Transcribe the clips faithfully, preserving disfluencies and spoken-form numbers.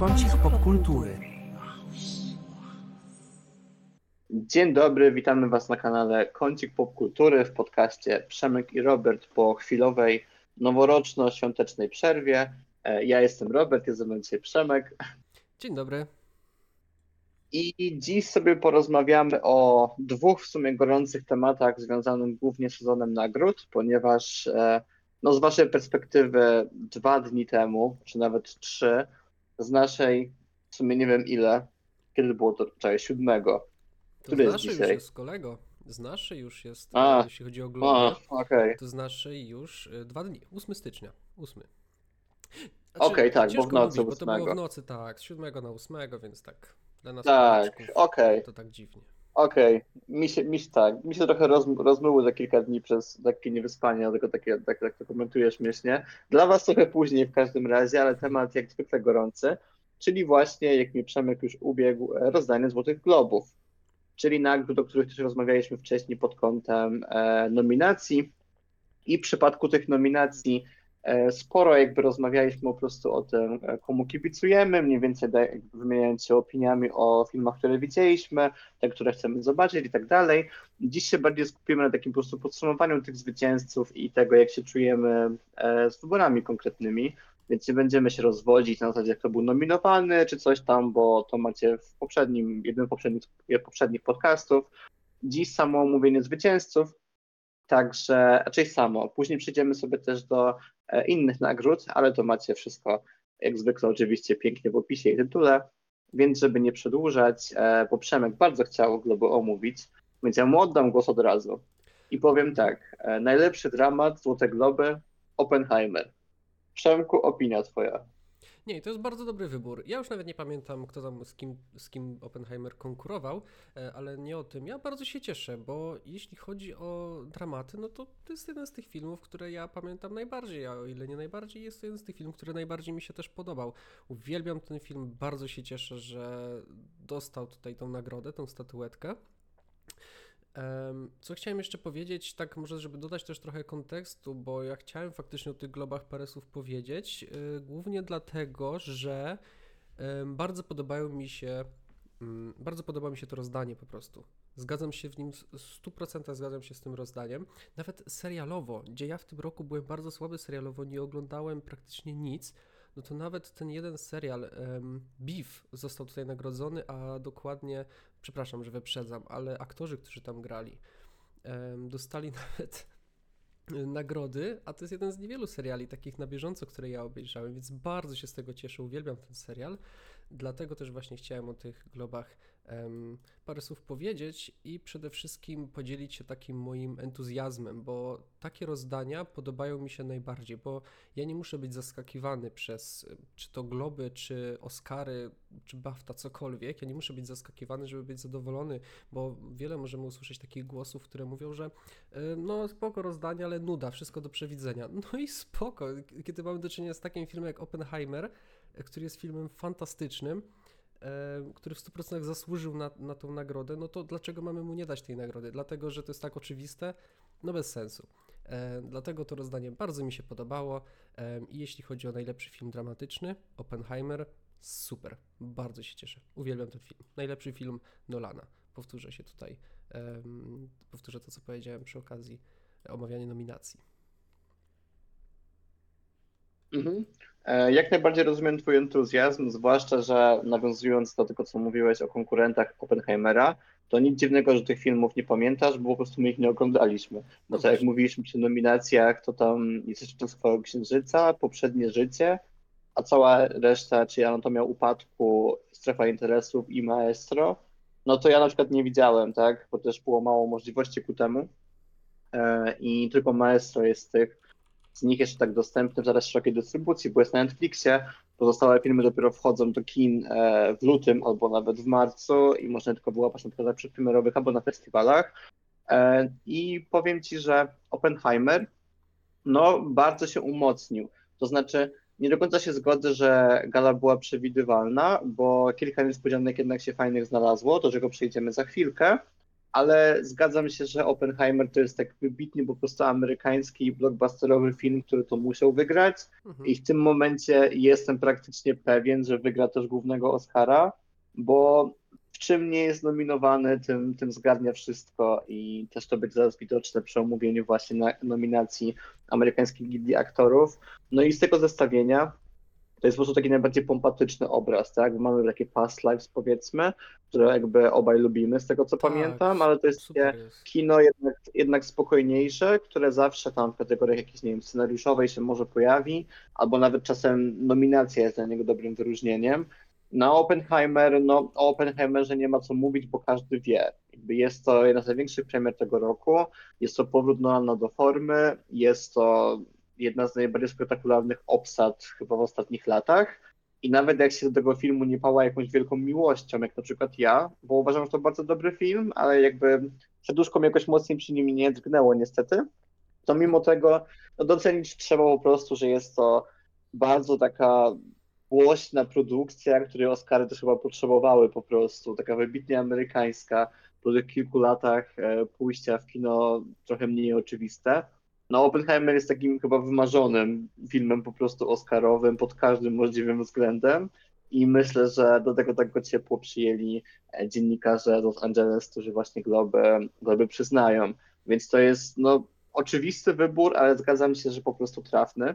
Kącik popkultury. Dzień dobry, witamy Was na kanale Kącik Popkultury w podcaście Przemek i Robert po chwilowej noworoczno-świątecznej przerwie. E, Ja jestem Robert, jest ze mną dzisiaj Przemek Dzień dobry. i dziś sobie porozmawiamy o dwóch w sumie gorących tematach związanych głównie z sezonem nagród, ponieważ e, no z Waszej perspektywy dwa dni temu, czy nawet trzy, z naszej w sumie nie wiem ile, kiedy było to, czekaj, siódmego, To który z jest naszej już dzisiaj? jest, kolego. Z naszej już jest, A, e, jeśli chodzi o a, globy, okej. to z naszej już e, dwa dni. ósmego stycznia. ósmy. Okej, tak, bo w ciężko nocy mówić, bo to było w ósmego. nocy, tak, z siódmego na ósmego, więc tak dla nas Tak, Polaczków okej, to tak dziwnie. okej. Mi się, mi się tak, mi się trochę roz, rozmyły za kilka dni przez takie niewyspanie, dlatego takie, tak, tak to komentuję śmiesznie. Dla Was trochę później w każdym razie, ale temat jak zwykle gorący, czyli właśnie, jak mi Przemek już ubiegł, e, rozdanie Złotych Globów, czyli nagród, o których też rozmawialiśmy wcześniej pod kątem e, nominacji. I w przypadku tych nominacji e, sporo jakby rozmawialiśmy po prostu o tym, e, komu kibicujemy, mniej więcej da- jakby wymieniając się opiniami o filmach, które widzieliśmy, te, które chcemy zobaczyć i tak dalej. Dziś się bardziej skupimy na takim po prostu podsumowaniu tych zwycięzców i tego, jak się czujemy e, z wyborami konkretnymi, więc nie będziemy się rozwodzić na zasadzie, kto był nominowany, czy coś tam, bo to macie w poprzednim, jednym z poprzednich, poprzednich podcastów. Dziś samo omówienie zwycięzców. Także raczej samo. Później przejdziemy sobie też do e, innych nagród, ale to macie wszystko jak zwykle oczywiście pięknie w opisie i tytule. Więc żeby nie przedłużać, e, bo Przemek bardzo chciał Globy omówić, więc ja mu oddam głos od razu. I powiem tak, e, najlepszy dramat, Złote Globy, Oppenheimer. Przemku, opinia twoja. Nie, to jest bardzo dobry wybór. Ja już nawet nie pamiętam, kto tam z kim, z kim Oppenheimer konkurował, e, ale nie o tym. Ja bardzo się cieszę, bo jeśli chodzi o dramaty, no to to jest jeden z tych filmów, które ja pamiętam najbardziej, a o ile nie najbardziej, jest to jeden z tych filmów, który najbardziej mi się też podobał. Uwielbiam ten film, bardzo się cieszę, że dostał tutaj tą nagrodę, tą statuetkę. Em, Co chciałem jeszcze powiedzieć, tak może, żeby dodać też trochę kontekstu, bo ja chciałem faktycznie o tych globach parę słów powiedzieć, y, głównie dlatego, że em, bardzo podobają mi się, mm, bardzo podoba mi się to rozdanie po prostu. Zgadzam się w nim, w stu procentach zgadzam się z tym rozdaniem. Nawet serialowo, gdzie ja w tym roku byłem bardzo słaby serialowo, nie oglądałem praktycznie nic, no to nawet ten jeden serial, em, Beef, został tutaj nagrodzony, a dokładnie, przepraszam, że wyprzedzam, ale aktorzy, którzy tam grali, em, dostali nawet nagrody, a to jest jeden z niewielu seriali takich na bieżąco, które ja obejrzałem, więc bardzo się z tego cieszę, uwielbiam ten serial. Dlatego też właśnie chciałem o tych globach em, parę słów powiedzieć i przede wszystkim podzielić się takim moim entuzjazmem, bo takie rozdania podobają mi się najbardziej, bo ja nie muszę być zaskakiwany przez y, czy to globy, czy Oscary, czy BAFTA, cokolwiek. Ja nie muszę być zaskakiwany, żeby być zadowolony, bo wiele możemy usłyszeć takich głosów, które mówią, że y, no spoko rozdanie, ale nuda, wszystko do przewidzenia. No i spoko, kiedy mamy do czynienia z takim filmem jak Oppenheimer, który jest filmem fantastycznym, e, który w stu procentach zasłużył na, na tą nagrodę, no to dlaczego mamy mu nie dać tej nagrody? Dlatego, że to jest tak oczywiste? No bez sensu. E, dlatego to rozdanie bardzo mi się podobało e, i jeśli chodzi o najlepszy film dramatyczny, Oppenheimer, super, bardzo się cieszę. Uwielbiam ten film. Najlepszy film Nolana. Powtórzę się tutaj, e, powtórzę to, co powiedziałem przy okazji omawiania nominacji. Mhm. E, Jak najbardziej rozumiem Twój entuzjazm, zwłaszcza, że nawiązując do tego, co mówiłeś o konkurentach Oppenheimera, to nic dziwnego, że tych filmów nie pamiętasz, bo po prostu my ich nie oglądaliśmy. Bo No tak jak właśnie. mówiliśmy przy nominacjach, to tam jest jeszcze Czasowego Księżyca, Poprzednie życie, a cała reszta, czyli Anatomia Upadku, Strefa Interesów i Maestro, no to ja na przykład nie widziałem, tak, bo też było mało możliwości ku temu. E, I tylko Maestro jest z tych z nich jeszcze tak dostępny w zaraz szerokiej dystrybucji, bo jest na Netflixie. Pozostałe filmy dopiero wchodzą do kin e, w lutym albo nawet w marcu i można tylko wyłapać na przykład przy premierowych albo na festiwalach. E, I powiem Ci, że Oppenheimer no, bardzo się umocnił. To znaczy, nie do końca się zgodzę, że gala była przewidywalna, bo kilka niespodzianek jednak się fajnych znalazło, do czego przejdziemy za chwilkę. ale zgadzam się, że Oppenheimer to jest tak wybitnie po prostu amerykański blockbusterowy film, który to musiał wygrać Mhm. i w tym momencie jestem praktycznie pewien, że wygra też głównego Oscara, bo w czym nie jest nominowany, tym, tym zgarnia wszystko i też to będzie zaraz widoczne przy omówieniu właśnie na nominacji Amerykańskiej Gildii Aktorów. No i z tego zestawienia to jest po prostu taki najbardziej pompatyczny obraz, tak? Mamy takie past lives, powiedzmy, które jakby obaj lubimy, z tego co Tak, pamiętam, ale to jest takie super jest. kino jednak, jednak spokojniejsze, które zawsze tam w kategoriach jakiejś, nie wiem, scenariuszowej się może pojawi, albo nawet czasem nominacja jest dla niego dobrym wyróżnieniem. Na Oppenheimer, no o Oppenheimerze nie ma co mówić, bo każdy wie. Jakby jest to jedna z największych premier tego roku, jest to powrót Nolana do formy, jest to jedna z najbardziej spektakularnych obsad chyba w ostatnich latach. I nawet jak się do tego filmu nie pała jakąś wielką miłością, jak na przykład ja, bo uważam, że to bardzo dobry film, ale jakby serduszko jakoś mocniej przy nim nie drgnęło niestety, to Mhm. mimo tego no, docenić trzeba po prostu, że jest to bardzo taka głośna produkcja, której Oscary też chyba potrzebowały po prostu, taka wybitnie amerykańska, po tych kilku latach e, pójścia w kino trochę mniej oczywiste. No Oppenheimer jest takim chyba wymarzonym filmem po prostu oscarowym pod każdym możliwym względem i myślę, że do tego tak go ciepło przyjęli e, dziennikarze Los Angeles, którzy właśnie globy, globy przyznają. Więc to jest no, oczywisty wybór, ale zgadzam się, że po prostu trafny.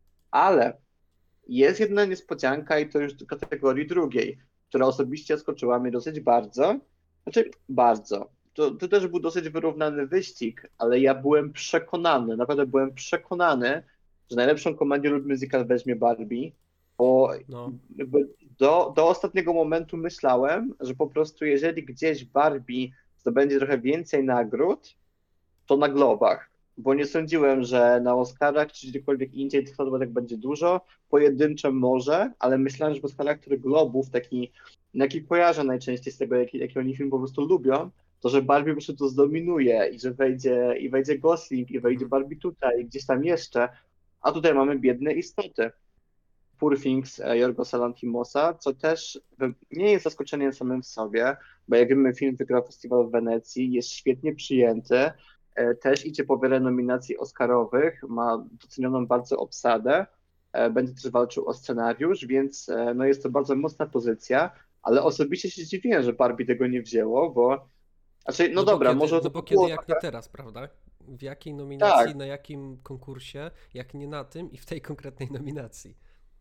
Ale jest jedna niespodzianka i to już do kategorii drugiej, która osobiście zaskoczyła mnie dosyć bardzo. Znaczy, bardzo. To, to też był dosyć wyrównany wyścig, ale ja byłem przekonany, naprawdę byłem przekonany, że najlepszą komedię lub musical weźmie Barbie, bo No, jakby do, do ostatniego momentu myślałem, że po prostu jeżeli gdzieś Barbie zdobędzie trochę więcej nagród, to na Globach, bo nie sądziłem, że na Oscarach czy gdziekolwiek indziej tych nagród będzie dużo, pojedyncze może, ale myślałem, że po charakter Globów, taki, jaki kojarzę najczęściej z tego, jaki, jaki oni film po prostu lubią, to że Barbie po prostu to zdominuje i że wejdzie, i wejdzie Gosling, i wejdzie mhm. Barbie tutaj, i gdzieś tam jeszcze, a tutaj mamy biedne istoty. Poor Things e, Yorgosa Lanthimosa, co też wy- nie jest zaskoczeniem samym w sobie, bo jak wiemy, film wygrał festiwal w Wenecji, jest świetnie przyjęty, e, też idzie po wiele nominacji Oscarowych, ma docenioną bardzo obsadę, e, będzie też walczył o scenariusz, więc e, no jest to bardzo mocna pozycja, ale osobiście się zdziwiłem, że Barbie tego nie wzięło, bo znaczy, no No bo dobra, kiedy, może no to bo kiedy było jak nie trochę, teraz, prawda? W jakiej nominacji, tak, na jakim konkursie, jak nie na tym i w tej konkretnej nominacji.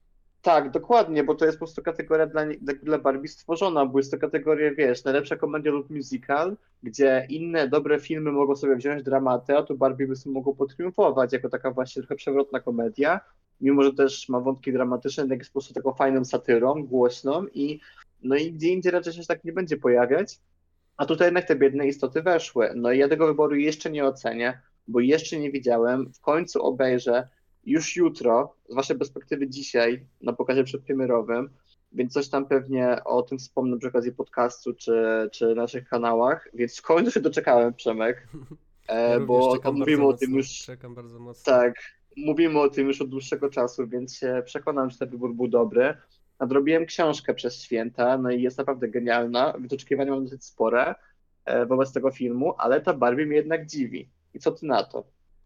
tak, dokładnie, bo to jest po prostu kategoria dla, nie- dla, dla Barbie stworzona, bo jest to kategoria, wiesz, najlepsza komedia lub musical, gdzie inne dobre filmy mogą sobie wziąć dramaty, a tu Barbie by sobie mogło potriumfować jako taka właśnie trochę przewrotna komedia, mimo że też ma wątki dramatyczne, tak jest po prostu taką fajną satyrą, głośną i no i gdzie indziej raczej się tak nie będzie pojawiać, a tutaj jednak te biedne istoty weszły. No i ja tego wyboru jeszcze nie ocenię, bo jeszcze nie widziałem. W końcu obejrzę już jutro, z waszej perspektywy dzisiaj, na pokazie przedpremierowym, więc coś tam pewnie o tym wspomnę przy okazji podcastu czy, czy naszych kanałach. Więc w końcu się doczekałem, Przemek, Ja e, również bo o- czekam bardzo mówimy o tym mocno, już, czekam bardzo mocno. tak, mówimy o tym już od dłuższego czasu, więc się przekonam, że ten wybór był dobry. Nadrobiłem książkę przez święta, no i jest naprawdę genialna. Oczekiwania mam dosyć spore e, wobec tego filmu, ale ta Barbie mnie jednak dziwi. I co ty na to?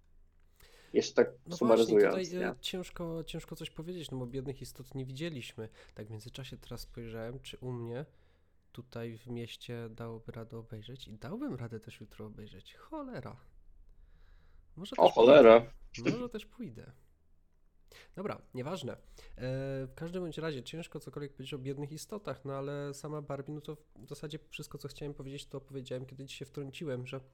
Jeszcze tak No właśnie, tutaj sumaryzując, nie? e, ciężko, ciężko coś powiedzieć, no bo biednych istot nie widzieliśmy. Tak w międzyczasie teraz spojrzałem, czy u mnie tutaj w mieście dałoby radę obejrzeć i dałbym radę też jutro obejrzeć. Cholera. Może O też pójdę. cholera. Może też pójdę. Dobra, nieważne. E, w każdym bądź razie ciężko cokolwiek powiedzieć o biednych istotach, no ale sama Barbie, no to w zasadzie wszystko, co chciałem powiedzieć, to powiedziałem, kiedy ci się wtrąciłem, że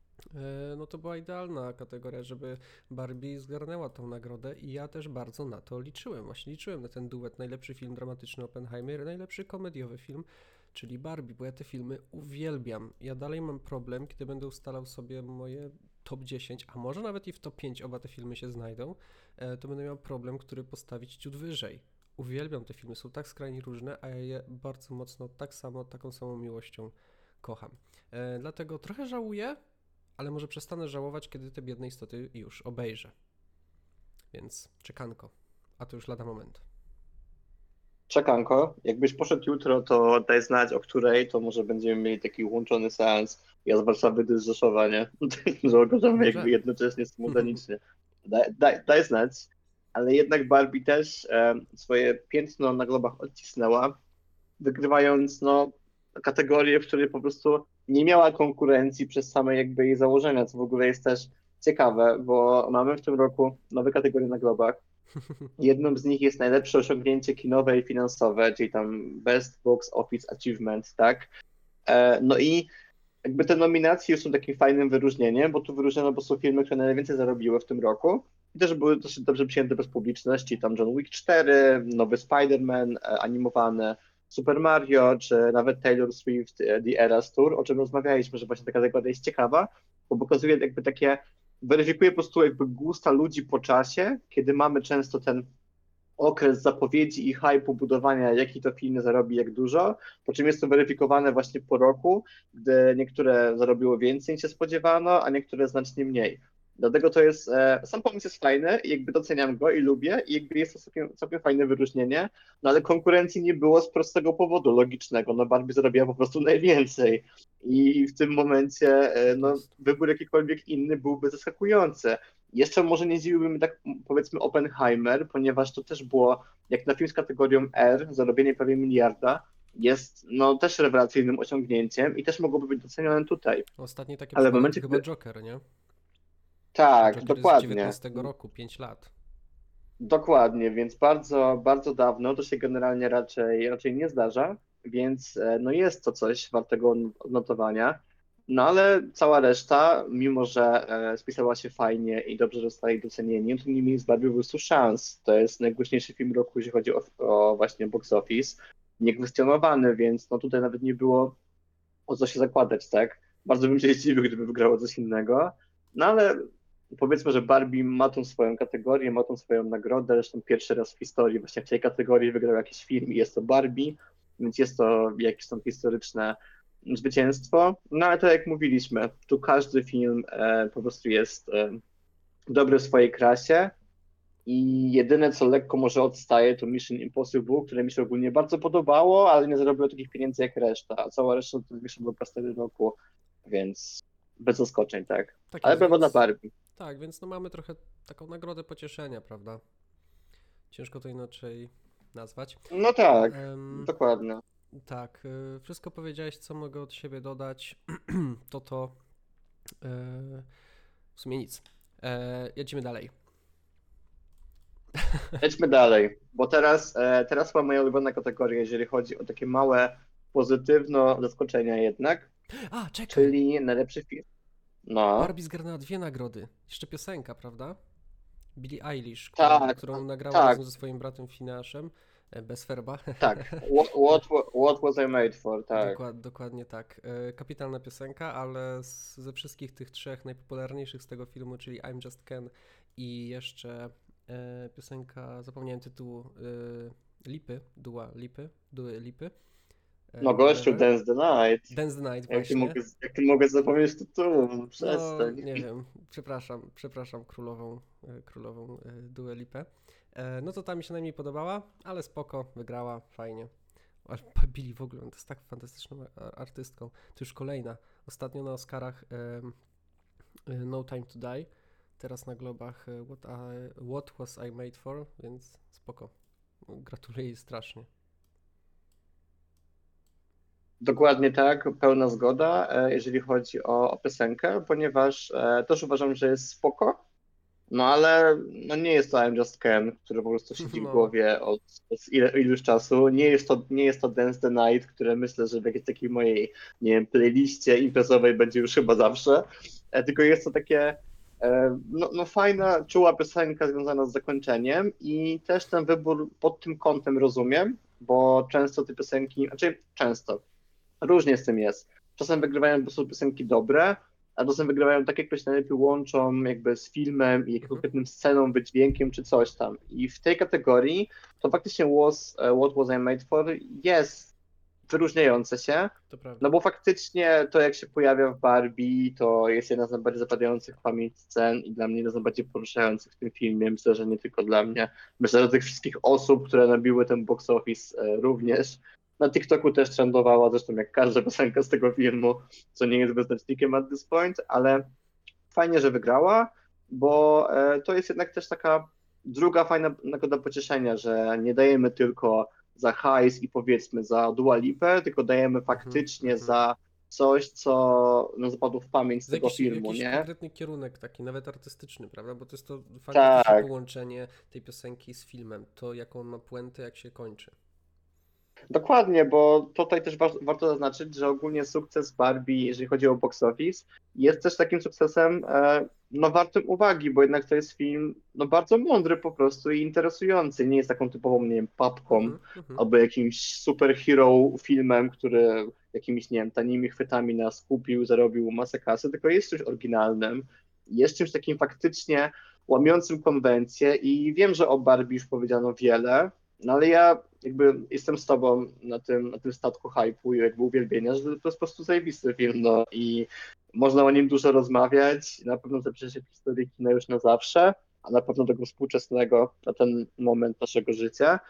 e, no to była idealna kategoria, żeby Barbie zgarnęła tą nagrodę i ja też bardzo na to liczyłem. Właśnie liczyłem na ten duet, najlepszy film dramatyczny Oppenheimer, najlepszy komediowy film, czyli Barbie, bo ja te filmy uwielbiam. Ja dalej mam problem, kiedy będę ustalał sobie moje top dziesięć, a może nawet i w top pięć oba te filmy się znajdą, e, to będę miał problem, który postawić ciut wyżej. Uwielbiam te filmy, są tak skrajnie różne, a ja je bardzo mocno, tak samo, taką samą miłością kocham. E, dlatego trochę żałuję, ale może przestanę żałować, kiedy te biedne istoty już obejrzę. Więc czekanko, a to już lada moment. Czekanko, jakbyś poszedł jutro, to daj znać o której, to może będziemy mieli taki łączony seans. Ja z Warszawy, ty z Rzeszowa, nie? Że oglądamy Dobrze. jakby jednocześnie symultanicznie. Daj, daj, daj znać. Ale jednak Barbie też e, swoje piętno na globach odcisnęła, wygrywając no, kategorię, w której po prostu nie miała konkurencji przez same jakby jej założenia, co w ogóle jest też ciekawe, bo mamy w tym roku nowe kategorie na globach. Jedną z nich jest najlepsze osiągnięcie kinowe i finansowe, czyli tam Best Box Office Achievement, tak? E, No i jakby te nominacje są takim fajnym wyróżnieniem, bo tu wyróżniono, bo są filmy, które najwięcej zarobiły w tym roku i też były dosyć dobrze przyjęte bez publiczności, tam John Wick cztery, nowy Spider-Man e, animowany, Super Mario, czy nawet Taylor Swift e, The Eras Tour, o czym rozmawialiśmy, że właśnie ta kategoria jest ciekawa, bo pokazuje jakby takie, weryfikuje po prostu jakby gusta ludzi po czasie, kiedy mamy często ten okres zapowiedzi i hype'u budowania, jaki to film zarobi, jak dużo, po czym jest to weryfikowane właśnie po roku, gdy niektóre zarobiło więcej niż się spodziewano, a niektóre znacznie mniej. Dlatego to jest, e, sam pomysł jest fajny i jakby doceniam go i lubię i jakby jest to całkiem, całkiem fajne wyróżnienie, no ale konkurencji nie było z prostego powodu logicznego, no Barbie zarobiła po prostu najwięcej i w tym momencie e, Tak no, jest. wybór jakikolwiek inny byłby zaskakujący. Jeszcze może nie zdziwiłbym tak powiedzmy Oppenheimer, ponieważ to też było, jak na film z kategorią R, zarobienie prawie miliarda, jest no też rewelacyjnym osiągnięciem i też mogłoby być docenione tutaj. Ostatni taki Ale w przypadek to momencie, chyba gdy... Joker, nie? A Tak, Joker jest z dokładnie. dziewiętnastego roku, pięć lat. Dokładnie, więc bardzo, bardzo dawno to się generalnie raczej, raczej nie zdarza, więc e, no jest to coś wartego odnotowania. No ale cała reszta, mimo że e, spisała się fajnie i dobrze zostali docenieni, to nie mieli z Barbie po prostu szans. To jest najgłośniejszy film roku, jeśli chodzi o, o właśnie box office. Niekwestionowany, więc no tutaj nawet nie było o co się zakładać, tak? Bardzo bym się zdziwił, gdyby wygrało coś innego. No ale powiedzmy, że Barbie ma tą swoją kategorię, ma tą swoją nagrodę. Zresztą pierwszy raz w historii właśnie w tej kategorii wygrał jakiś film i jest to Barbie, więc jest to jakieś tam historyczne zwycięstwo. No ale tak jak mówiliśmy, tu każdy film e, po prostu jest e, dobry w swojej krasie. I jedyne, co lekko może odstaje, to Mission Impossible, które mi się ogólnie bardzo podobało, ale nie zarobiło takich pieniędzy jak reszta. A cała reszta to Mission Blockbustery roku, więc bez zaskoczeń, tak. Tak Ale jest, brawo dla więc Barbie. tak, więc no mamy trochę taką nagrodę pocieszenia, prawda? Ciężko to inaczej nazwać. No tak, Em, dokładnie. tak, y, wszystko powiedziałeś, co mogę od siebie dodać, to to e, w sumie nic. E, jedziemy dalej. Lećmy dalej, bo teraz, e, teraz była moja ulubiona kategoria, jeżeli chodzi o takie małe, pozytywne zaskoczenia jednak, A, czekaj! czyli najlepszy film. No, Barbie zgarnęła dwie nagrody. Jeszcze piosenka, prawda? Billie Eilish, którą, tak, którą nagrała tak, razem ze swoim bratem Finaszem, e, bez Ferba. tak. What, what, what was I made for, tak. Dokład, dokładnie tak. E, Kapitalna piosenka, ale z, ze wszystkich tych trzech najpopularniejszych z tego filmu, czyli I'm Just Ken i jeszcze e, piosenka, zapomniałem tytułu, e, Lipy, Dua Lipy, Duy Lipy, No e, gościu, whatever. Dance the Night. Dance the Night Jak ty właśnie. mogę, jak ty mogę zapomnieć tytułu? No No, przestań. nie wiem, przepraszam, przepraszam królową, e, królową e, Duę Lipę. E, No to ta mi się najmniej podobała, ale spoko, wygrała, fajnie. Aż Billie w ogóle, to jest tak fantastyczną a- artystką. To już kolejna. Ostatnio na Oscarach em, e, No Time to Die, teraz na Globach e, What, I, What Was I Made For, więc spoko. Gratuluję jej strasznie. Dokładnie tak, pełna zgoda, e, jeżeli chodzi o, o piosenkę, ponieważ e, też uważam, że jest spoko, no ale no nie jest to I'm Just Ken, który po prostu siedzi w No, głowie od, od ile, iluś czasu. Nie jest to, nie jest to Dance the Night, które myślę, że w jakiejś takiej mojej, nie wiem, playliście imprezowej będzie już chyba zawsze, e, tylko jest to takie e, no, no fajna, czuła piosenka związana z zakończeniem i też ten wybór pod tym kątem rozumiem, bo często te piosenki, znaczy często, różnie z tym jest. Czasem wygrywają po prostu piosenki dobre, a czasem wygrywają takie, które się najlepiej łączą jakby z filmem i jakimś mhm. konkretnym sceną, wydźwiękiem czy coś tam. I w tej kategorii to faktycznie was, e, What Was I Made For jest wyróżniające się. To prawda. No bo faktycznie to, jak się pojawia w Barbie, to jest jedna z najbardziej zapadających w pamięć scen i dla mnie jedna z najbardziej poruszających w tym filmie. Myślę, że nie tylko dla mnie. Myślę, że dla tych wszystkich osób, które nabiły ten box office e, również. Na TikToku też trendowała, zresztą jak każda piosenka z tego filmu, co nie jest wyznacznikiem at this point, ale fajnie, że wygrała, bo e, to jest jednak też taka druga fajna nagroda pocieszenia, że nie dajemy tylko za hajs i powiedzmy za Dua Lipę, tylko dajemy faktycznie mhm. za coś, co no, zapadło w pamięć z Z tego jakiś, filmu, jakiś nie? konkretny kierunek, taki nawet artystyczny, prawda? Bo to jest to fantastyczne Tak, połączenie tej piosenki z filmem, to jaką on ma puentę, jak się kończy. dokładnie, bo tutaj też wa- warto zaznaczyć, że ogólnie sukces Barbie, jeżeli chodzi o box office, jest też takim sukcesem e, no wartym uwagi, bo jednak to jest film no bardzo mądry po prostu i interesujący. Nie jest taką typową, nie wiem, papką Mhm, mhm. albo jakimś superhero filmem, który jakimiś, nie wiem, tanimi chwytami nas kupił, zarobił masę kasy, tylko jest czymś oryginalnym, jest czymś takim faktycznie łamiącym konwencję i wiem, że o Barbie już powiedziano wiele, no ale ja jakby jestem z tobą na tym, na tym statku hype'u i jakby uwielbienia, że to jest po prostu zajebisty film, no i można o nim dużo rozmawiać, na pewno zapisze się w historii kina już na zawsze, a na pewno tego współczesnego na ten moment naszego życia,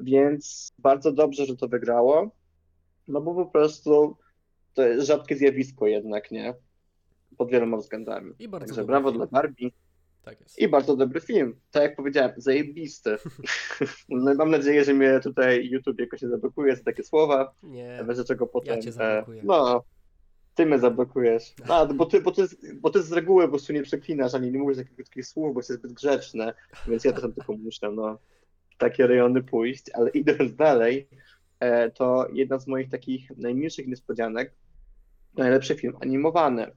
więc bardzo dobrze, że to wygrało, no bo po prostu to jest rzadkie zjawisko jednak, nie? Pod wieloma względami. I bardzo Także dobry brawo film. dla Barbie. Tak jest. I bardzo dobry film. Tak jak powiedziałem, zajebisty. No i mam nadzieję, że mnie tutaj YouTube jakoś nie zablokuje za takie słowa, Nie, w razie czego ja potem, cię e, zablokuję. no, ty mnie zablokujesz. No, bo ty, bo ty, bo ty z reguły po prostu nie przeklinasz, ani nie mówisz takich, takich słów, bo jesteś zbyt grzeczny, więc ja czasem tylko muszę, no, w takie rejony pójść, ale idąc dalej, e, to jedna z moich takich najmilszych niespodzianek, najlepszy film animowany.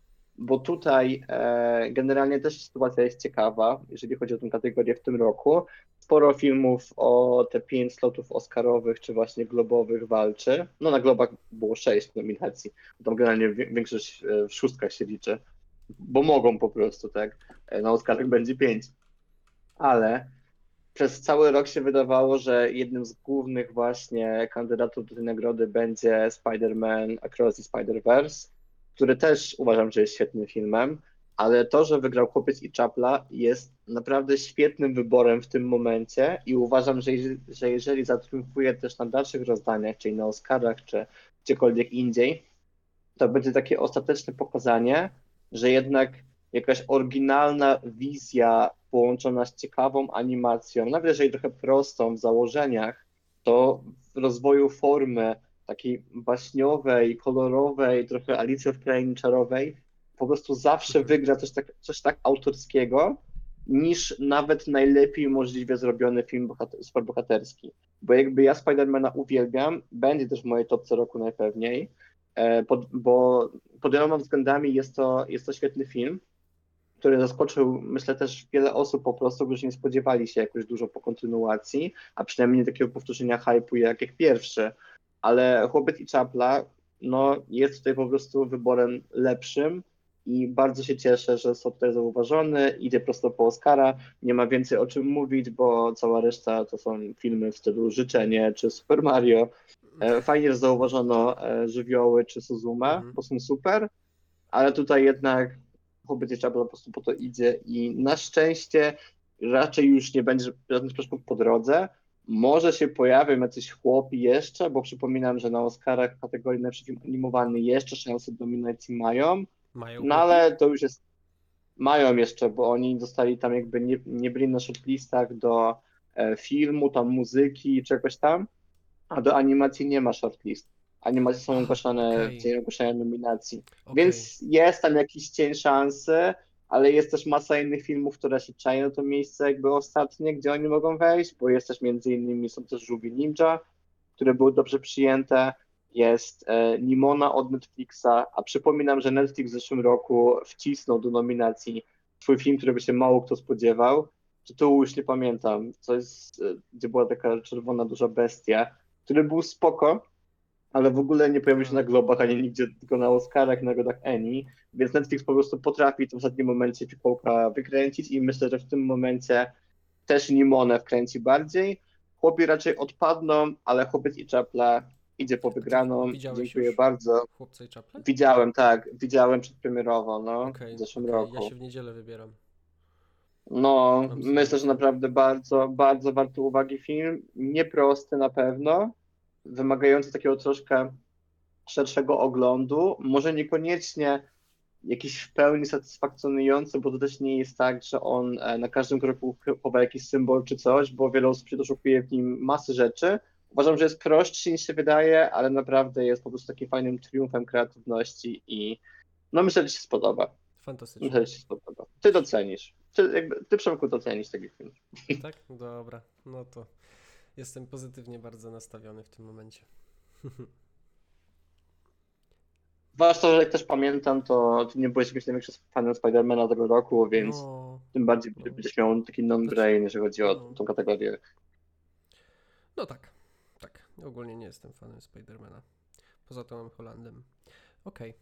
Bo tutaj e, generalnie też sytuacja jest ciekawa, jeżeli chodzi o tę kategorię w tym roku. Sporo filmów o te pięć slotów oscarowych czy właśnie globowych walczy. No na globach było sześć nominacji. Tam generalnie wie- większość e, w szóstkach się liczy, bo mogą po prostu, tak. E, Na Oscarach będzie pięć. Ale przez cały rok się wydawało, że jednym z głównych właśnie kandydatów do tej nagrody będzie Spider-Man Across the Spider-Verse, który też uważam, że jest świetnym filmem, ale to, że wygrał Chłopiec i Czapla jest naprawdę świetnym wyborem w tym momencie i uważam, że, jeżeli- że jeżeli zatriumfuje też na dalszych rozdaniach, czyli na Oscarach, czy gdziekolwiek indziej, to będzie takie ostateczne pokazanie, że jednak jakaś oryginalna wizja połączona z ciekawą animacją, nawet jeżeli trochę prostą w założeniach, to w rozwoju formy takiej baśniowej, kolorowej, trochę Alicja w Krainie Czarowej, po prostu zawsze Mhm. wygra coś tak, coś tak autorskiego, niż nawet najlepiej możliwie zrobiony film bohater, superbohaterski. Bo jakby ja Spidermana uwielbiam, będzie też w mojej topce roku najpewniej, e, pod, bo pod wieloma względami jest to, jest to świetny film, który zaskoczył, myślę, też wiele osób po prostu, którzy nie spodziewali się jakoś dużo po kontynuacji, a przynajmniej nie takiego powtórzenia hype'u jak, jak pierwszy. Ale Chłopiec i Czapla, no, jest tutaj po prostu wyborem lepszym i bardzo się cieszę, że został tutaj zauważony, idzie prosto po Oscara, nie ma więcej o czym mówić, bo cała reszta to są filmy w stylu Życzenie czy Super Mario. E, Fajnie, że zauważono e, Żywioły czy Suzume, Mhm. bo są super, ale tutaj jednak Chłopiec i Czapla po prostu po to idzie i na szczęście raczej już nie będzie żadnych przeszkód po drodze. Może się pojawią jacyś chłopi jeszcze, bo przypominam, że na Oscarach w kategorii najlepszy film animowany jeszcze szanse do nominacji mają, Mają no chłopi? ale to już jest, mają jeszcze, bo oni dostali tam jakby, nie, nie byli na shortlistach do e, filmu, tam muzyki, czegoś tam, a do animacji nie ma shortlist. Animacje są A, ogłaszane w okej, dzień ogłoszenia nominacji. okej. Więc jest tam jakiś cień szansy, ale jest też masa innych filmów, które się czają na to miejsce jakby ostatnie, gdzie oni mogą wejść, bo jest też między innymi, są też Żółwie Ninja, które były dobrze przyjęte. Jest e, Nimona od Netflixa, a przypominam, że Netflix w zeszłym roku wcisnął do nominacji swój film, który by się mało kto spodziewał. Tytułu już nie pamiętam, co jest, e, gdzie była taka czerwona duża bestia, który był spoko, ale w ogóle nie pojawił się A, na Globach ani nigdzie, tylko na Oscarach, na godach Emmy, więc Netflix po prostu potrafi w ostatnim momencie fikołka wykręcić i myślę, że w tym momencie też Nimonę wkręci bardziej. Chłopi raczej odpadną, ale Chłopiec i Czapla idzie po A ty wygraną. widziałeś Dziękuję już bardzo. Chłopca i Czaple? Widziałem, tak, widziałem przedpremierowo, no, w Okej, zeszłym okej, ja roku. się w niedzielę wybieram. No, Mam myślę, że seansy. naprawdę bardzo, bardzo warty uwagi film. Nieprosty na pewno, wymagający takiego troszkę szerszego oglądu. Może niekoniecznie jakiś w pełni satysfakcjonujący, bo to też nie jest tak, że on e, na każdym kroku chowa jakiś symbol czy coś, bo wiele osób się doszukuje w nim masy rzeczy. Uważam, że jest prostszy niż się wydaje, ale naprawdę jest po prostu takim fajnym triumfem kreatywności i no myślę, że ci się spodoba. Myślę, Fantastycznie. że ci się spodoba. Ty docenisz. Ty, jakby, ty Przemku, docenisz taki film. Tak? Dobra, no to jestem pozytywnie bardzo nastawiony w tym momencie. Zwłaszcza, że jak też pamiętam, to ty nie byłeś jakimś największym fanem Spidermana tego roku, więc No, tym bardziej no, będziesz miał taki znaczy, non-brain, jeżeli chodzi o no, tą kategorię. no tak, tak. Ogólnie nie jestem fanem Spidermana. Poza Tomem Hollandem. Okej,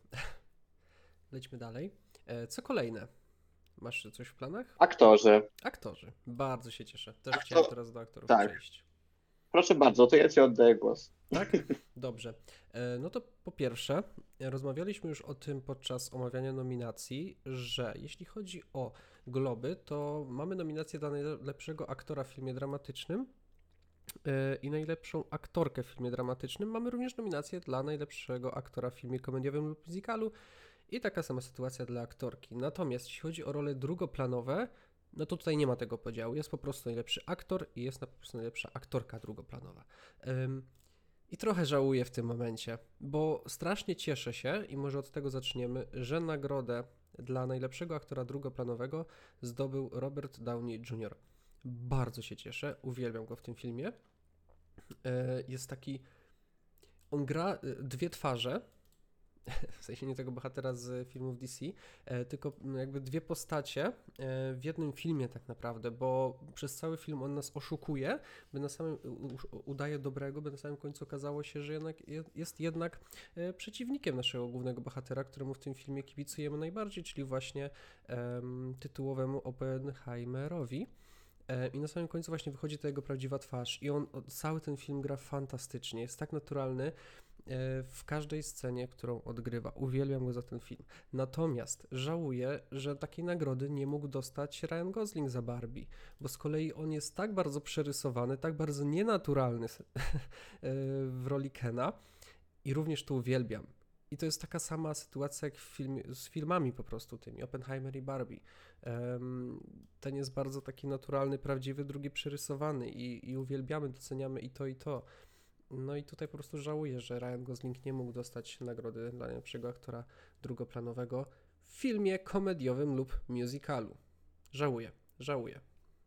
lećmy dalej. E, co kolejne? Masz coś w planach? Aktorzy. Aktorzy. Bardzo się cieszę. Też chciałem Aktor... teraz do aktorów Tak. przejść. Proszę bardzo, to ja ci oddaję głos. Tak? Dobrze. E, No to po pierwsze, e, rozmawialiśmy już o tym podczas omawiania nominacji, że jeśli chodzi o Globy, to mamy nominację dla najlepszego aktora w filmie dramatycznym e, i najlepszą aktorkę w filmie dramatycznym. Mamy również nominację dla najlepszego aktora w filmie komediowym lub musicalu i taka sama sytuacja dla aktorki. Natomiast jeśli chodzi o role drugoplanowe, no to tutaj nie ma tego podziału. Jest po prostu najlepszy aktor i jest po prostu najlepsza aktorka drugoplanowa. Ym, I trochę żałuję w tym momencie, bo strasznie cieszę się i może od tego zaczniemy, że nagrodę dla najlepszego aktora drugoplanowego zdobył Robert Downey junior Bardzo się cieszę, uwielbiam go w tym filmie. Yy, Jest taki, on gra y, dwie twarze, w sensie nie tego bohatera z filmów D C, e, tylko jakby dwie postacie e, w jednym filmie tak naprawdę, bo przez cały film on nas oszukuje, by na samym u- udaje dobrego, by na samym końcu okazało się, że jednak je- jest jednak e, przeciwnikiem naszego głównego bohatera, któremu w tym filmie kibicujemy najbardziej, czyli właśnie em, tytułowemu Oppenheimerowi. E, I na samym końcu właśnie wychodzi ta jego prawdziwa twarz i on o, cały ten film gra fantastycznie, jest tak naturalny e, w każdej scenie, którą odgrywa. Uwielbiam go za ten film. Natomiast żałuję, że takiej nagrody nie mógł dostać Ryan Gosling za Barbie, bo z kolei on jest tak bardzo przerysowany, tak bardzo nienaturalny s- e, w roli Kena i również to uwielbiam. I to jest taka sama sytuacja jak w filmie, z filmami po prostu tymi, Oppenheimer i Barbie. Em, ten jest bardzo taki naturalny, prawdziwy, drugi przerysowany i, i uwielbiamy, doceniamy i to, i to. No i tutaj po prostu żałuję, że Ryan Gosling nie mógł dostać nagrody dla najlepszego aktora drugoplanowego w filmie komediowym lub musicalu. Żałuję, żałuję.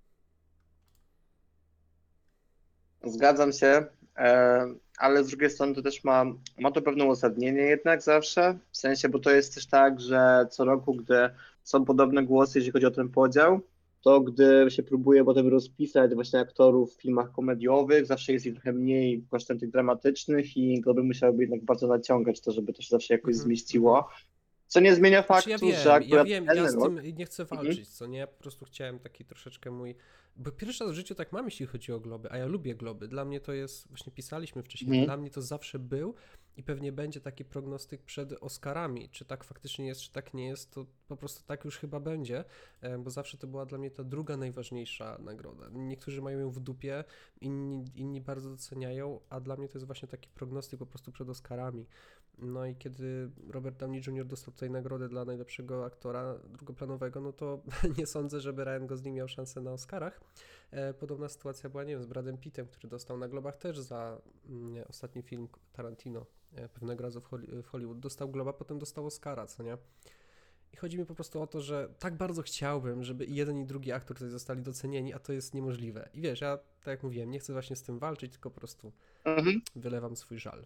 Zgadzam się, e, ale z drugiej strony to też ma, ma to pewne uzasadnienie jednak zawsze, w sensie, bo to jest też tak, że co roku, gdy są podobne głosy, jeśli chodzi o ten podział, to gdy się próbuje potem rozpisać właśnie aktorów w filmach komediowych, zawsze jest ich trochę mniej kosztem tych dramatycznych i to by musiałoby jednak bardzo naciągać to, żeby to się zawsze jakoś Mhm, mhm. zmieściło. Co nie zmienia Znaczy ja faktu, że wiem, ja akurat wiem, ten ja z rok... tym nie chcę Mhm, walczyć, co nie? Ja po prostu chciałem taki troszeczkę mój... Bo pierwszy raz w życiu tak mam, jeśli chodzi o globy, a ja lubię globy. Dla mnie to jest, właśnie pisaliśmy wcześniej, mhm. dla mnie to zawsze był i pewnie będzie taki prognostyk przed Oscarami. Czy tak faktycznie jest, czy tak nie jest, to po prostu tak już chyba będzie, e, bo zawsze to była dla mnie ta druga najważniejsza nagroda. Niektórzy mają ją w dupie, inni, inni bardzo doceniają, a dla mnie to jest właśnie taki prognostyk po prostu przed Oscarami. No i kiedy Robert Downey junior dostał tutaj nagrodę dla najlepszego aktora drugoplanowego, no to nie sądzę, żeby Ryan Gosling miał szansę na Oscarach. E, Podobna sytuacja była, nie wiem, z Bradem Pittem, który dostał na Globach też za mm, ostatni film Tarantino, e, pewnego razu w, Holly- w Hollywood. Dostał Globa, potem dostał Oscara, co nie? I chodzi mi po prostu o to, że tak bardzo chciałbym, żeby i jeden i drugi aktor tutaj zostali docenieni, a to jest niemożliwe. I wiesz, ja, tak jak mówiłem, nie chcę właśnie z tym walczyć, tylko po prostu Mhm. wylewam swój żal.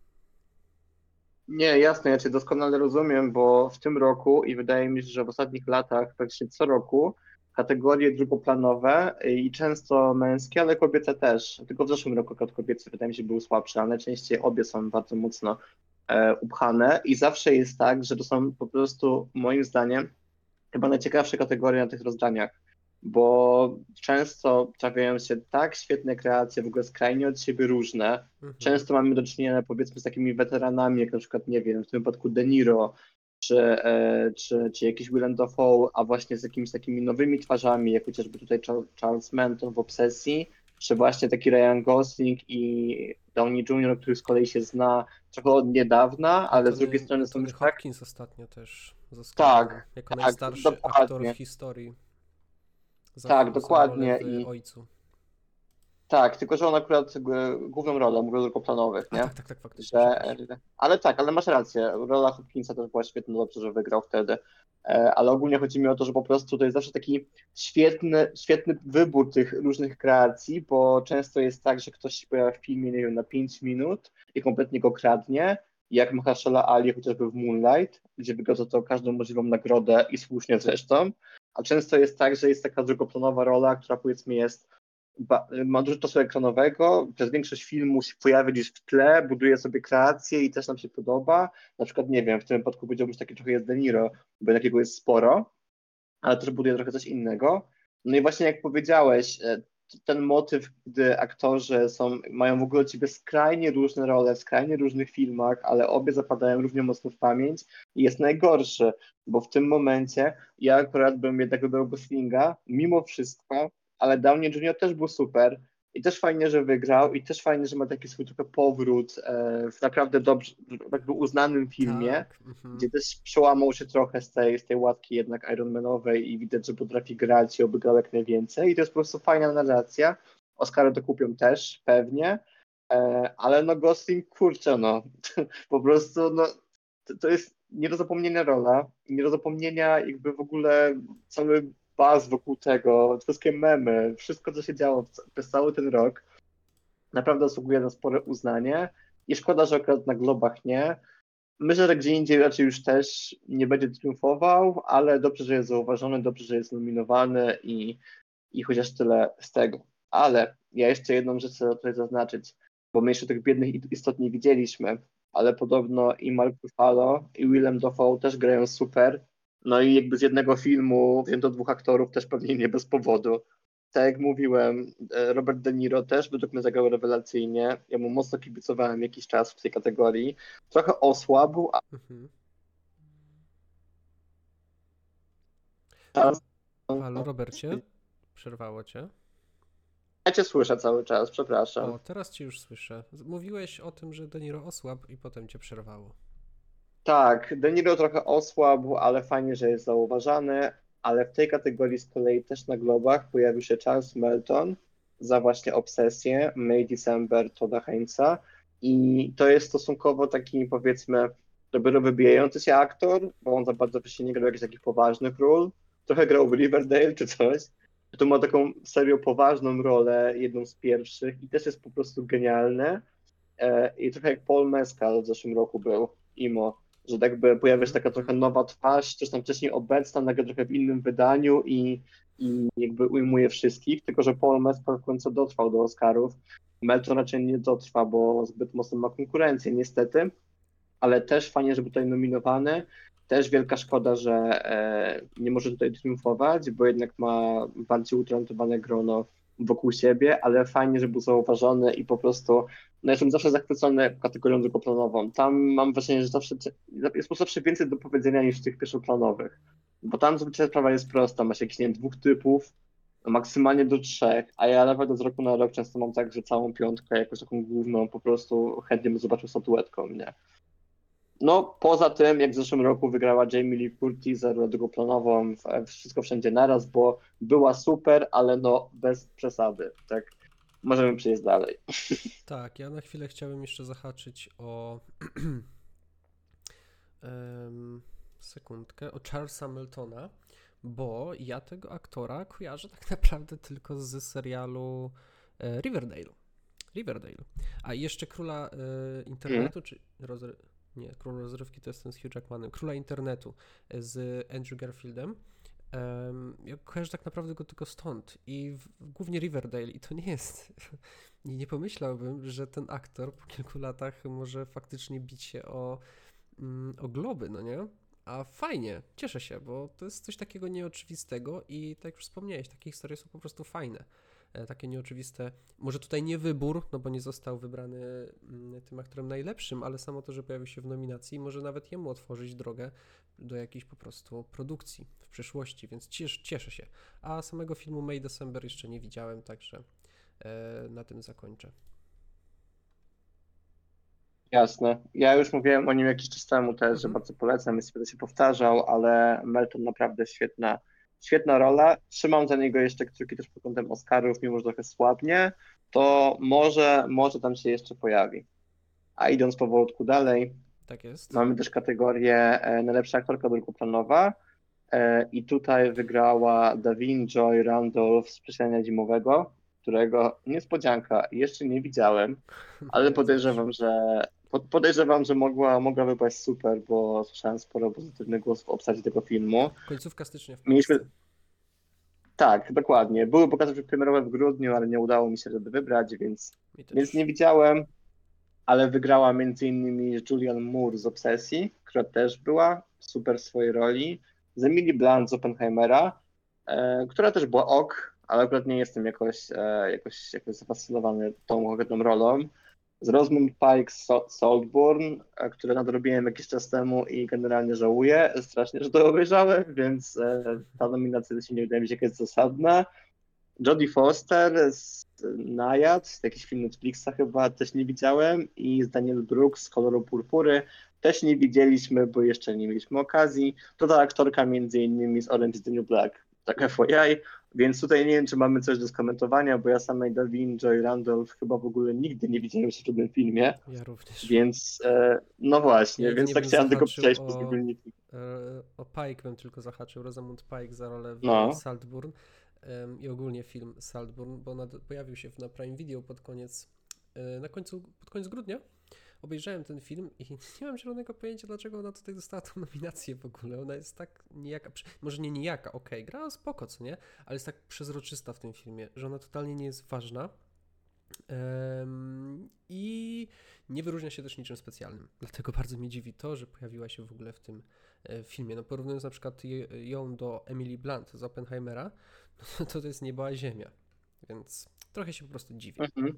Nie, jasne, ja Cię doskonale rozumiem, bo w tym roku i wydaje mi się, że w ostatnich latach praktycznie co roku kategorie drugoplanowe i często męskie, ale kobiece też. Tylko w zeszłym roku akurat kobiece wydaje mi się były słabsze, ale najczęściej obie są bardzo mocno e, upchane i zawsze jest tak, że to są po prostu moim zdaniem chyba najciekawsze kategorie na tych rozdaniach, bo często trafiają się tak świetne kreacje, w ogóle skrajnie od siebie różne. Mhm. Często mamy do czynienia powiedzmy z takimi weteranami, jak na przykład, nie wiem, w tym wypadku De Niro, czy, e, czy, czy jakiś Willem Dafoe, a właśnie z jakimiś takimi nowymi twarzami, jak chociażby tutaj Char- Charles Manson w Obsesji, czy właśnie taki Ryan Gosling i Downey junior, który z kolei się zna trochę od niedawna, ale z drugiej Antony, strony są Antony już tak. Hopkins ostatnio też zaskakiwał. Tak, Jako tak, najstarszy aktor w dokładnie. historii za, Tak, za rolę dokładnie. w I Ojcu. tak, tylko że on akurat g- główną rolę, mówię o drugoplanowych, A nie? tak, tak, tak, faktycznie, Że, przepraszam. ale tak, ale masz rację, rola Hopkinsa też była świetna, dobrze, że wygrał wtedy. E, Ale ogólnie chodzi mi o to, że po prostu to jest zawsze taki świetny, świetny wybór tych różnych kreacji, bo często jest tak, że ktoś się pojawia w filmie, nie wiem, na pięć minut i kompletnie go kradnie, jak Mahershala Ali chociażby w Moonlight, gdzie wygrał za to każdą możliwą nagrodę i słusznie zresztą, a często jest tak, że jest taka drugoplanowa rola, która powiedzmy jest ba- ma dużo czasu ekranowego, przez większość filmu się pojawia gdzieś w tle, buduje sobie kreację i też nam się podoba. Na przykład, nie wiem, w tym wypadku powiedziałbym, że taki trochę jest De Niro, bo takiego jest sporo, ale też buduje trochę coś innego. No i właśnie jak powiedziałeś, e, t- ten motyw, gdy aktorzy są, mają w ogóle od siebie skrajnie różne role w skrajnie różnych filmach, ale obie zapadają równie mocno w pamięć, jest najgorszy, bo w tym momencie ja akurat bym jednak wybrał Goslinga, mimo wszystko, ale Downey junior też był super i też fajnie, że wygrał i też fajnie, że ma taki swój trochę powrót e, w naprawdę dobrze, jakby uznanym filmie, Tak, mhm. gdzie też przełamał się trochę z tej, z tej łatki jednak Ironmanowej i widać, że potrafi grać i oby grał jak najwięcej. I to jest po prostu fajna narracja. Oscary to kupią też, pewnie, e, ale no Gosling, kurczę, no, po prostu, no, to, to jest nie do zapomnienia rola, nie do zapomnienia jakby w ogóle cały buzz wokół tego, wszystkie memy, wszystko, co się działo w- przez cały ten rok, naprawdę zasługuje na spore uznanie i szkoda, że akurat na Globach nie. Myślę, że gdzie indziej raczej już też nie będzie triumfował, ale dobrze, że jest zauważony, dobrze, że jest nominowany i, i chociaż tyle z tego. Ale ja jeszcze jedną rzecz chcę tutaj zaznaczyć, bo my jeszcze tych biednych istot nie widzieliśmy, ale podobno i Mark Ruffalo i Willem Dafoe też grają super. No i jakby z jednego filmu wzięto dwóch aktorów też pewnie nie bez powodu. Tak jak mówiłem, e, Robert De Niro też według mnie zagrał rewelacyjnie. Ja mu mocno kibicowałem jakiś czas w tej kategorii. Trochę osłabł, Mhm. a Halo, halo, Robercie? Przerwało cię. ja cię słyszę cały czas, przepraszam. O, teraz cię już słyszę. Z- Mówiłeś o tym, że De Niro osłabł i potem cię przerwało. Tak, De Niro trochę osłabł, ale fajnie, że jest zauważany, ale w tej kategorii z kolei też na globach pojawił się Charles Melton za właśnie Obsesję, May December Todda Haynes'a i to jest stosunkowo taki powiedzmy dopiero wybijający się aktor, bo on za bardzo wcześniej nie grał jakichś takich poważnych ról, trochę grał w Riverdale czy coś. Tu ma taką serio poważną rolę, jedną z pierwszych i też jest po prostu genialny. E, I trochę jak Paul Mescal w zeszłym roku był, Imo, że tak by pojawia się Mhm, taka trochę mhm. nowa twarz, coś tam wcześniej obecna, nagle trochę w innym wydaniu i, i jakby ujmuje wszystkich, tylko że Paul Mescal w końcu dotrwał do Oscarów. Melton raczej nie dotrwa, bo zbyt mocno ma konkurencję niestety, ale też fajnie, że był tutaj nominowany. Też wielka szkoda, że e, nie może tutaj triumfować, bo jednak ma bardziej utalentowane grono wokół siebie, ale fajnie, że był zauważony i po prostu no jestem zawsze zachwycony kategorią drugoplanową. Tam mam wrażenie, że zawsze jest po prostu zawsze więcej do powiedzenia niż w tych pierwszoplanowych, bo tam zazwyczaj sprawa jest prosta, masz jakiś, nie wiem, dwóch typów, maksymalnie do trzech, a ja naprawdę z roku na rok często mam tak, że całą piątkę, jakąś taką główną, po prostu chętnie bym zobaczył statuetką, nie? No, poza tym, jak w zeszłym roku wygrała Jamie Lee Curtis za rolę drugoplanową, w- Wszystko Wszędzie Naraz, bo była super, ale no bez przesady, tak? Możemy przejść dalej. Tak, ja na chwilę chciałem jeszcze zahaczyć o em, sekundkę, o Charlesa Meltona, bo ja tego aktora kojarzę tak naprawdę tylko z serialu e, Riverdale. Riverdale. A i jeszcze Króla e, Mhm. Internetu, czy rozry... nie, Król Rozrywki to jest ten z Hugh Jackmanem. Króla Internetu e, z Andrew Garfieldem. Em, ja kojarzę tak naprawdę go tylko stąd i w, głównie Riverdale i to nie jest, nie, nie pomyślałbym, że ten aktor po kilku latach może faktycznie bić się o, mm, o globy, no nie? A fajnie, cieszę się, bo to jest coś takiego nieoczywistego i tak jak już wspomniałeś, takie historie są po prostu fajne. E, Takie nieoczywiste, może tutaj nie wybór, no bo nie został wybrany mm, tym aktorem najlepszym, ale samo to, że pojawił się w nominacji, może nawet jemu otworzyć drogę do jakiejś po prostu produkcji w przyszłości, więc cieszę, cieszę się. A samego filmu May December jeszcze nie widziałem, także e, na tym zakończę. Jasne. Ja już mówiłem o nim jakiś czas temu też, że Mhm. bardzo polecam, jest będę się powtarzał, ale Melton naprawdę świetna, świetna rola. Trzymam za niego jeszcze kciuki też pod kątem Oscarów, mimo że trochę słabnie, to może, może tam się jeszcze pojawi. A idąc powolutku dalej, Tak jest. mamy też kategorię e, najlepsza aktorka drugoplanowa e, i tutaj wygrała Davin Joy Randolph z Przysiania Zimowego, którego niespodzianka jeszcze nie widziałem, ale Ja też. podejrzewam, że po- podejrzewam, że mogła, mogła wypaść super, bo słyszałem sporo pozytywnych głosów o obsadzie tego filmu. Końcówka stycznia w Mieliśmy, Polsce. tak, dokładnie. Były pokazy premierowe w grudniu, ale nie udało mi się wtedy wybrać, więc, Mi więc nie też. widziałem, ale wygrała między innymi Julianne Moore z Obsesji, która też była super w swojej roli, z Emily Blunt z Oppenheimera, e, która też była ok, ale akurat nie jestem jakoś, e, jakoś, jakoś zafascynowany tą konkretną rolą. Z Rosamund Pike z Sa- Saltburn, e, które nadrobiłem jakiś czas temu i generalnie żałuję strasznie, że to obejrzałem, więc e, ta nominacja się nie wydaje mi się jakaś zasadna. Jodie Foster z Najad, jakiś film Netflixa chyba, też nie widziałem i z Daniel Brooks z Koloru Purpury też nie widzieliśmy, bo jeszcze nie mieliśmy okazji. To ta aktorka między innymi z Orange is the New Black, tak F Y I, więc tutaj nie wiem, czy mamy coś do skomentowania, bo ja samej Davin Joy Randolph chyba w ogóle nigdy nie widziałem się w żadnym filmie, Ja również. więc e, no Ja właśnie, więc jedynie tak bym chciałem tylko zahaczył przejść przez o, ogólniki. e, o Pike, bym tylko zahaczył, Rosamund Pike za rolę w No, Saltburn em, i ogólnie film Saltburn, bo ona do- pojawił się w- na Prime Video pod koniec, e, na końcu, pod koniec grudnia. Obejrzałem ten film i nie mam zielonego pojęcia, dlaczego ona tutaj dostała tą nominację w ogóle. Ona jest tak nijaka, prze- może nie nijaka, okej, gra spoko, co nie? Ale jest tak przezroczysta w tym filmie, że ona totalnie nie jest ważna. Em, I nie wyróżnia się też niczym specjalnym. Dlatego bardzo mnie dziwi to, że pojawiła się w ogóle w tym e, filmie. No porównując na przykład je, ją do Emily Blunt z Oppenheimera, no to to jest nieba a ziemia. Więc trochę się po prostu dziwię. mhm.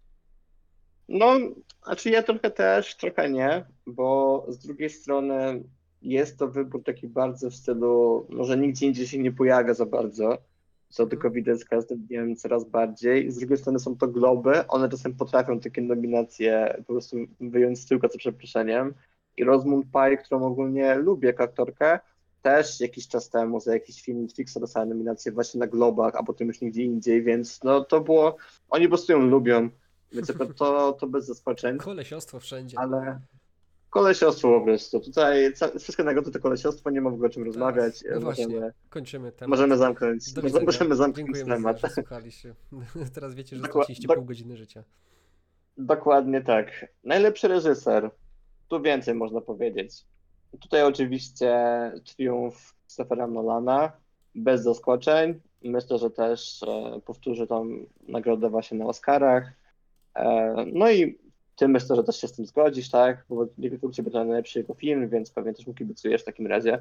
No, znaczy ja trochę też, trochę nie, bo z drugiej strony jest to wybór taki bardzo w stylu, może nigdzie indziej się nie pojawia za bardzo, co Mhm. tylko widać z każdym dniem coraz bardziej. Z drugiej strony są to globy, one czasem potrafią takie nominacje po prostu wyjąć z tyłka, za przeproszeniem. I Rosamund Pike, którą ogólnie lubię jako aktorkę, też jakiś czas temu za jakiś film Netflixa dostała nominację właśnie na globach, a potem już nigdzie indziej, więc no to było, oni po prostu ją lubią. Więc jako to, to bez zaskoczeń, Kolesiostwo wszędzie. ale kolesiostwo po prostu. Tutaj ca- wszystkie nagrody to kolesiostwo, nie ma w ogóle o czym Tak, rozmawiać. no E, właśnie. Możemy, Kończymy możemy temat. zamknąć, Do może- widzenia. możemy zamknąć Dziękujemy, za, temat. że słuchaliście. Teraz wiecie, że Dokła- straciliście pół dok- godziny życia. dokładnie tak. Najlepszy reżyser. Tu więcej można powiedzieć. Tutaj oczywiście triumf Christophera Nolana, bez zaskoczeń. Myślę, że też e, powtórzy tą nagrodę właśnie na Oscarach. E, No i ty myślę, że też się z tym zgodzisz, tak? Bo nie u ciebie to najlepszy jego film, więc pewnie też mu kibicujesz w takim razie.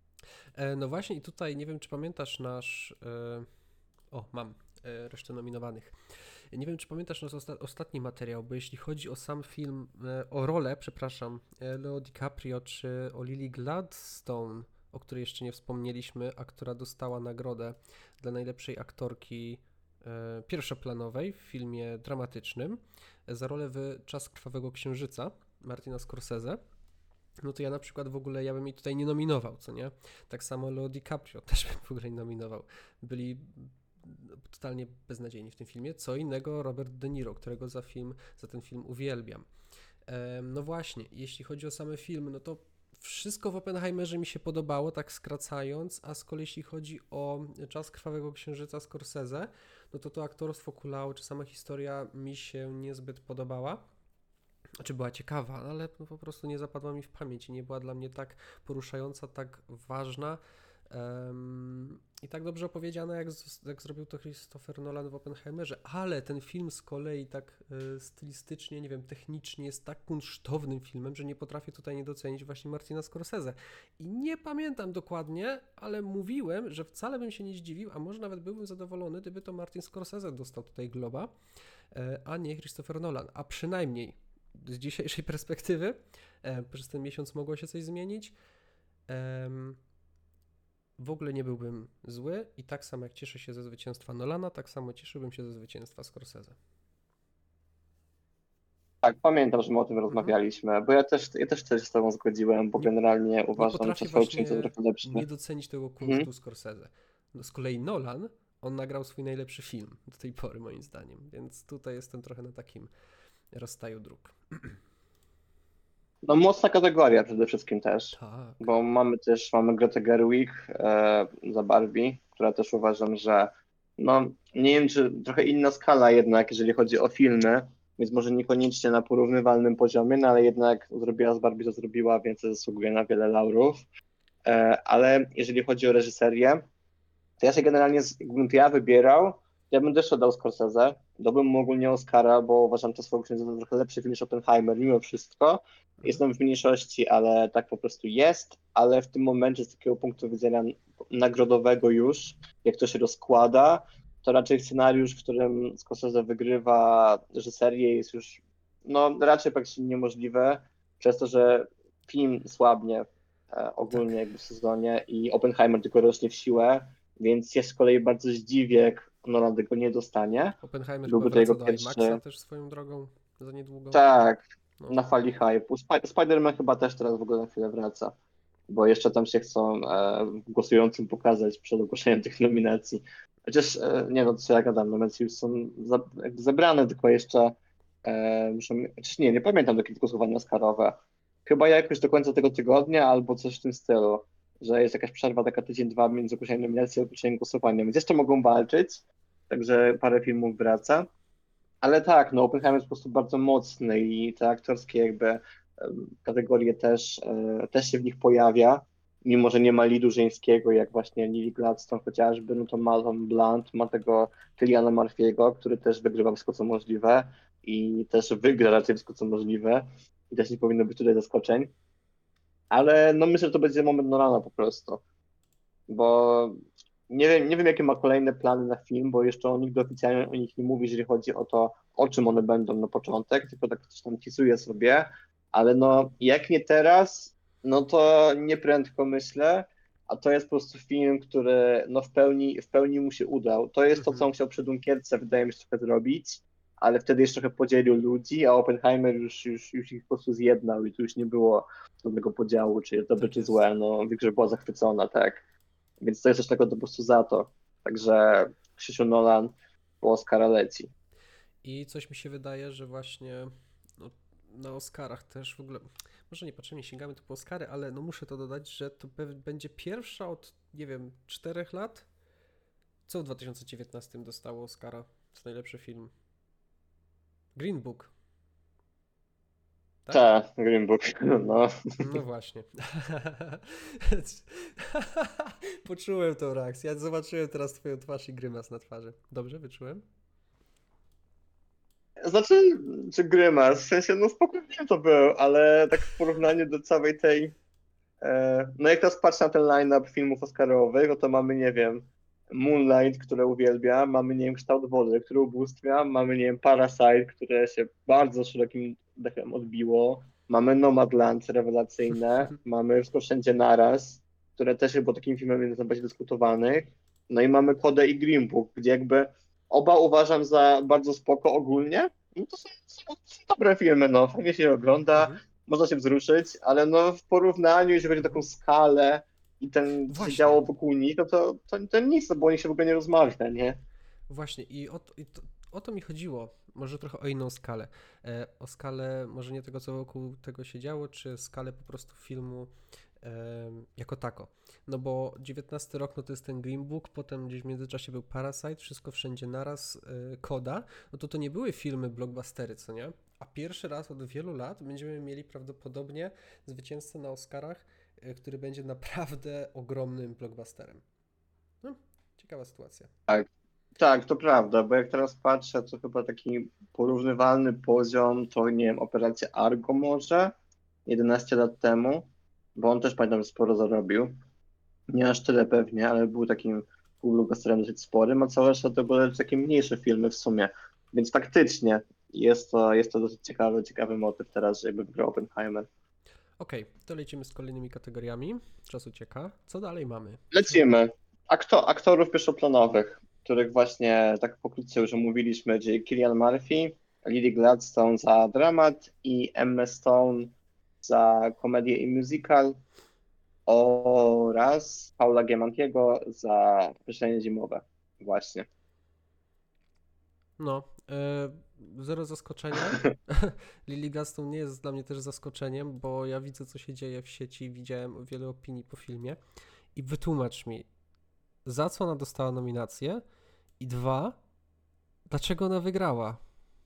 E, no właśnie i tutaj nie wiem, czy pamiętasz nasz... E, o, mam e, resztę nominowanych. Nie wiem, czy pamiętasz nasz osta- ostatni materiał, bo jeśli chodzi o sam film, e, o rolę, przepraszam, e, Leo DiCaprio czy o Lily Gladstone, o której jeszcze nie wspomnieliśmy, a która dostała nagrodę dla najlepszej aktorki e, pierwszoplanowej w filmie dramatycznym e, za rolę w Czas Krwawego Księżyca Martina Scorsese, no to ja na przykład w ogóle, ja bym jej tutaj nie nominował, co nie? Tak samo Leo DiCaprio też bym w ogóle nie nominował. Byli totalnie beznadziejni w tym filmie. Co innego Robert De Niro, którego za film, za ten film uwielbiam. Em, No właśnie, jeśli chodzi o same filmy, no to wszystko w Oppenheimerze mi się podobało, tak skracając, a z kolei jeśli chodzi o Czas Krwawego Księżyca Scorsese, no to to aktorstwo kulało, czy sama historia mi się niezbyt podobała. Znaczy była ciekawa, ale no po prostu nie zapadła mi w pamięć i nie była dla mnie tak poruszająca, tak ważna. Um, I tak dobrze opowiedziane, jak, z, jak zrobił to Christopher Nolan w Oppenheimerze, ale ten film z kolei tak y, stylistycznie, nie wiem, technicznie jest tak kunsztownym filmem, że nie potrafię tutaj nie docenić właśnie Martina Scorsese. I nie pamiętam dokładnie, ale mówiłem, że wcale bym się nie zdziwił, a może nawet byłbym zadowolony, gdyby to Martin Scorsese dostał tutaj Globa, y, a nie Christopher Nolan. A przynajmniej z dzisiejszej perspektywy, y, przez ten miesiąc mogło się coś zmienić, y, w ogóle nie byłbym zły i tak samo jak cieszę się ze zwycięstwa Nolana, tak samo cieszyłbym się ze zwycięstwa Scorsese. Tak, pamiętam, że my o tym Mhm. rozmawialiśmy, bo ja też, ja też się z tobą zgodziłem, bo Nie, generalnie nie uważam, że potrafię swoje uczynienie to właśnie trochę lepsze. nie docenić tego Mhm. kunsztu Scorsese. No, z kolei Nolan, on nagrał swój najlepszy film do tej pory moim zdaniem, więc tutaj jestem trochę na takim rozstaju dróg. No mocna kategoria przede wszystkim też, Tak. bo mamy też, mamy Gretę Gerwig e, za Barbie, która też uważam, że no nie wiem, czy trochę inna skala jednak, jeżeli chodzi o filmy, więc może niekoniecznie na porównywalnym poziomie, no ale jednak zrobiła z Barbie, co zrobiła, więc zasługuje na wiele laurów. E, ale jeżeli chodzi o reżyserię, to ja się generalnie, z- jakbym to ja wybierał, ja bym też oddał Scorsese, dałbym mu ogólnie Oscara, bo uważam to swoją księdza za trochę lepszy film niż Oppenheimer, mimo wszystko. Mhm. Jestem w mniejszości, ale tak po prostu jest, ale w tym momencie z takiego punktu widzenia nagrodowego już, jak to się rozkłada, to raczej scenariusz, w którym Scorsese wygrywa reżyserię jest już no raczej praktycznie niemożliwe, przez to, że film słabnie e, Tak. ogólnie jakby w sezonie i Oppenheimer tylko rośnie w siłę, więc ja z kolei bardzo zdziwię, jak Nolan tego nie dostanie. Oppenheimer chyba Byłby to jego wraca do IMAXa pierwszy. też swoją drogą za niedługo. Tak, No. na fali hype'u. Sp- Spider-Man chyba też teraz w ogóle na chwilę wraca, bo jeszcze tam się chcą e, głosującym pokazać przed ogłoszeniem tych nominacji. Chociaż, e, nie no, co ja gadam, nominacje już są za, jakby zebrane, tylko jeszcze e, muszą, chociaż nie, nie pamiętam do kiedy głosowania Oscarowe. Chyba jakoś do końca tego tygodnia albo coś w tym stylu, że jest jakaś przerwa taka tydzień, dwa między ogłoszeniem nominacji a ogłoszeniem głosowania, więc jeszcze mogą walczyć, także parę filmów wraca. Ale tak, no Oppenheimer jest po prostu bardzo mocny i te aktorskie jakby em, kategorie też, e, też się w nich pojawia, mimo że nie ma lidu żeńskiego, jak właśnie Lily Gladstone chociażby, no to ma Tom Blunt, ma tego Cilliana Murphy'ego, który też wygrywa wszystko co możliwe i też wygra raczej wszystko co możliwe i też nie powinno być tutaj zaskoczeń, ale no myślę, że to będzie moment Nolana po prostu, bo nie wiem, nie wiem, jakie ma kolejne plany na film, bo jeszcze on nigdy oficjalnie o nich nie mówi, jeżeli chodzi o to, o czym one będą na początek, tylko tak coś tam teasuje sobie, ale no, jak nie teraz, no to nie prędko myślę, a to jest po prostu film, który no w pełni, w pełni mu się udał. To jest to, co Mhm. on chciał przy Dunkierce, wydaje mi się, trochę zrobić, ale wtedy jeszcze trochę podzielił ludzi, a Oppenheimer już, już, już ich po prostu zjednał i tu już nie było żadnego podziału, czy jest dobre, Tak czy jest. złe, no większość była zachwycona, tak. Więc to jest coś takiego po prostu za to. Także Krzysiu Nolan po Oscara leci. I coś mi się wydaje, że właśnie no, na Oscarach też w ogóle, może nie patrzymy, nie sięgamy tu po Oscary, ale no muszę to dodać, że to pe- będzie pierwsza od, nie wiem, czterech lat, co w dwa tysiące dziewiętnastym dostało Oscara za najlepszy film. Green Book, tak? Tak, Green Book, no. No właśnie. Poczułem tą reakcję. Ja zobaczyłem teraz twoją twarz i grymas na twarzy. Dobrze wyczułem? Znaczy, czy Grymas, w sensie, no spokojnie to był, ale tak w porównaniu do całej tej, e, no jak teraz patrzę na ten line-up filmów Oscarowych, no to mamy, nie wiem, Moonlight, które uwielbiam, mamy, nie wiem, Kształt Wody, który ubóstwiam, mamy, nie wiem, Parasite, które się bardzo szerokim dechem odbiło, mamy Nomadland rewelacyjne, mamy Wszystko Wszędzie Naraz, które też było takim filmem jednym z najbardziej dyskutowanych, no i mamy Kodę i Green Book, gdzie jakby oba uważam za bardzo spoko ogólnie, no to są, są, są dobre filmy, no, fajnie się je ogląda, Mhm. można się wzruszyć, ale no w porównaniu, jeżeli chodzi o taką Mhm. skalę i ten, co się Właśnie. działo wokół nich, no to, to, to nic, no bo o nich się w ogóle nie rozmawia, nie? Właśnie i o, to- i to, o to mi chodziło, może trochę o inną skalę. E, o skalę może nie tego, co wokół tego się działo, czy skalę po prostu filmu e, jako tako. No bo dziewiętnasty rok, no to jest ten Green Book, potem gdzieś w międzyczasie był Parasite, Wszystko Wszędzie Naraz, e, Koda, no to to nie były filmy blockbustery, co nie? A pierwszy raz od wielu lat będziemy mieli prawdopodobnie zwycięzcę na Oscarach, e, który będzie naprawdę ogromnym blockbusterem. No, Ciekawa sytuacja. Tak, tak, to prawda, bo jak teraz patrzę, to chyba taki porównywalny poziom to, nie wiem, Operacja Argo może jedenaście lat temu, bo on też pamiętam, że sporo zarobił. Nie aż tyle pewnie, ale był takim blockbusterem dosyć sporym, a cała reszta to były takie mniejsze filmy w sumie. Więc faktycznie jest to, jest to dosyć ciekawy, ciekawy motyw teraz, że jakby wygrał Oppenheimer. Okej, to lecimy z kolejnymi kategoriami. Czas ucieka. Co dalej mamy? Lecimy. Akto, aktorów pierwszoplanowych, których właśnie tak pokrótce już omówiliśmy, czyli Cillian Murphy, Lily Gladstone za dramat i Emma Stone za komedię i musical oraz Paula Giamattiego za określenie zimowe. Właśnie. No, e, zero zaskoczenia. Lily Gladstone nie jest dla mnie też zaskoczeniem, bo ja widzę, co się dzieje w sieci, widziałem wiele opinii po filmie i wytłumacz mi, za co ona dostała nominację i dwa, dlaczego ona wygrała?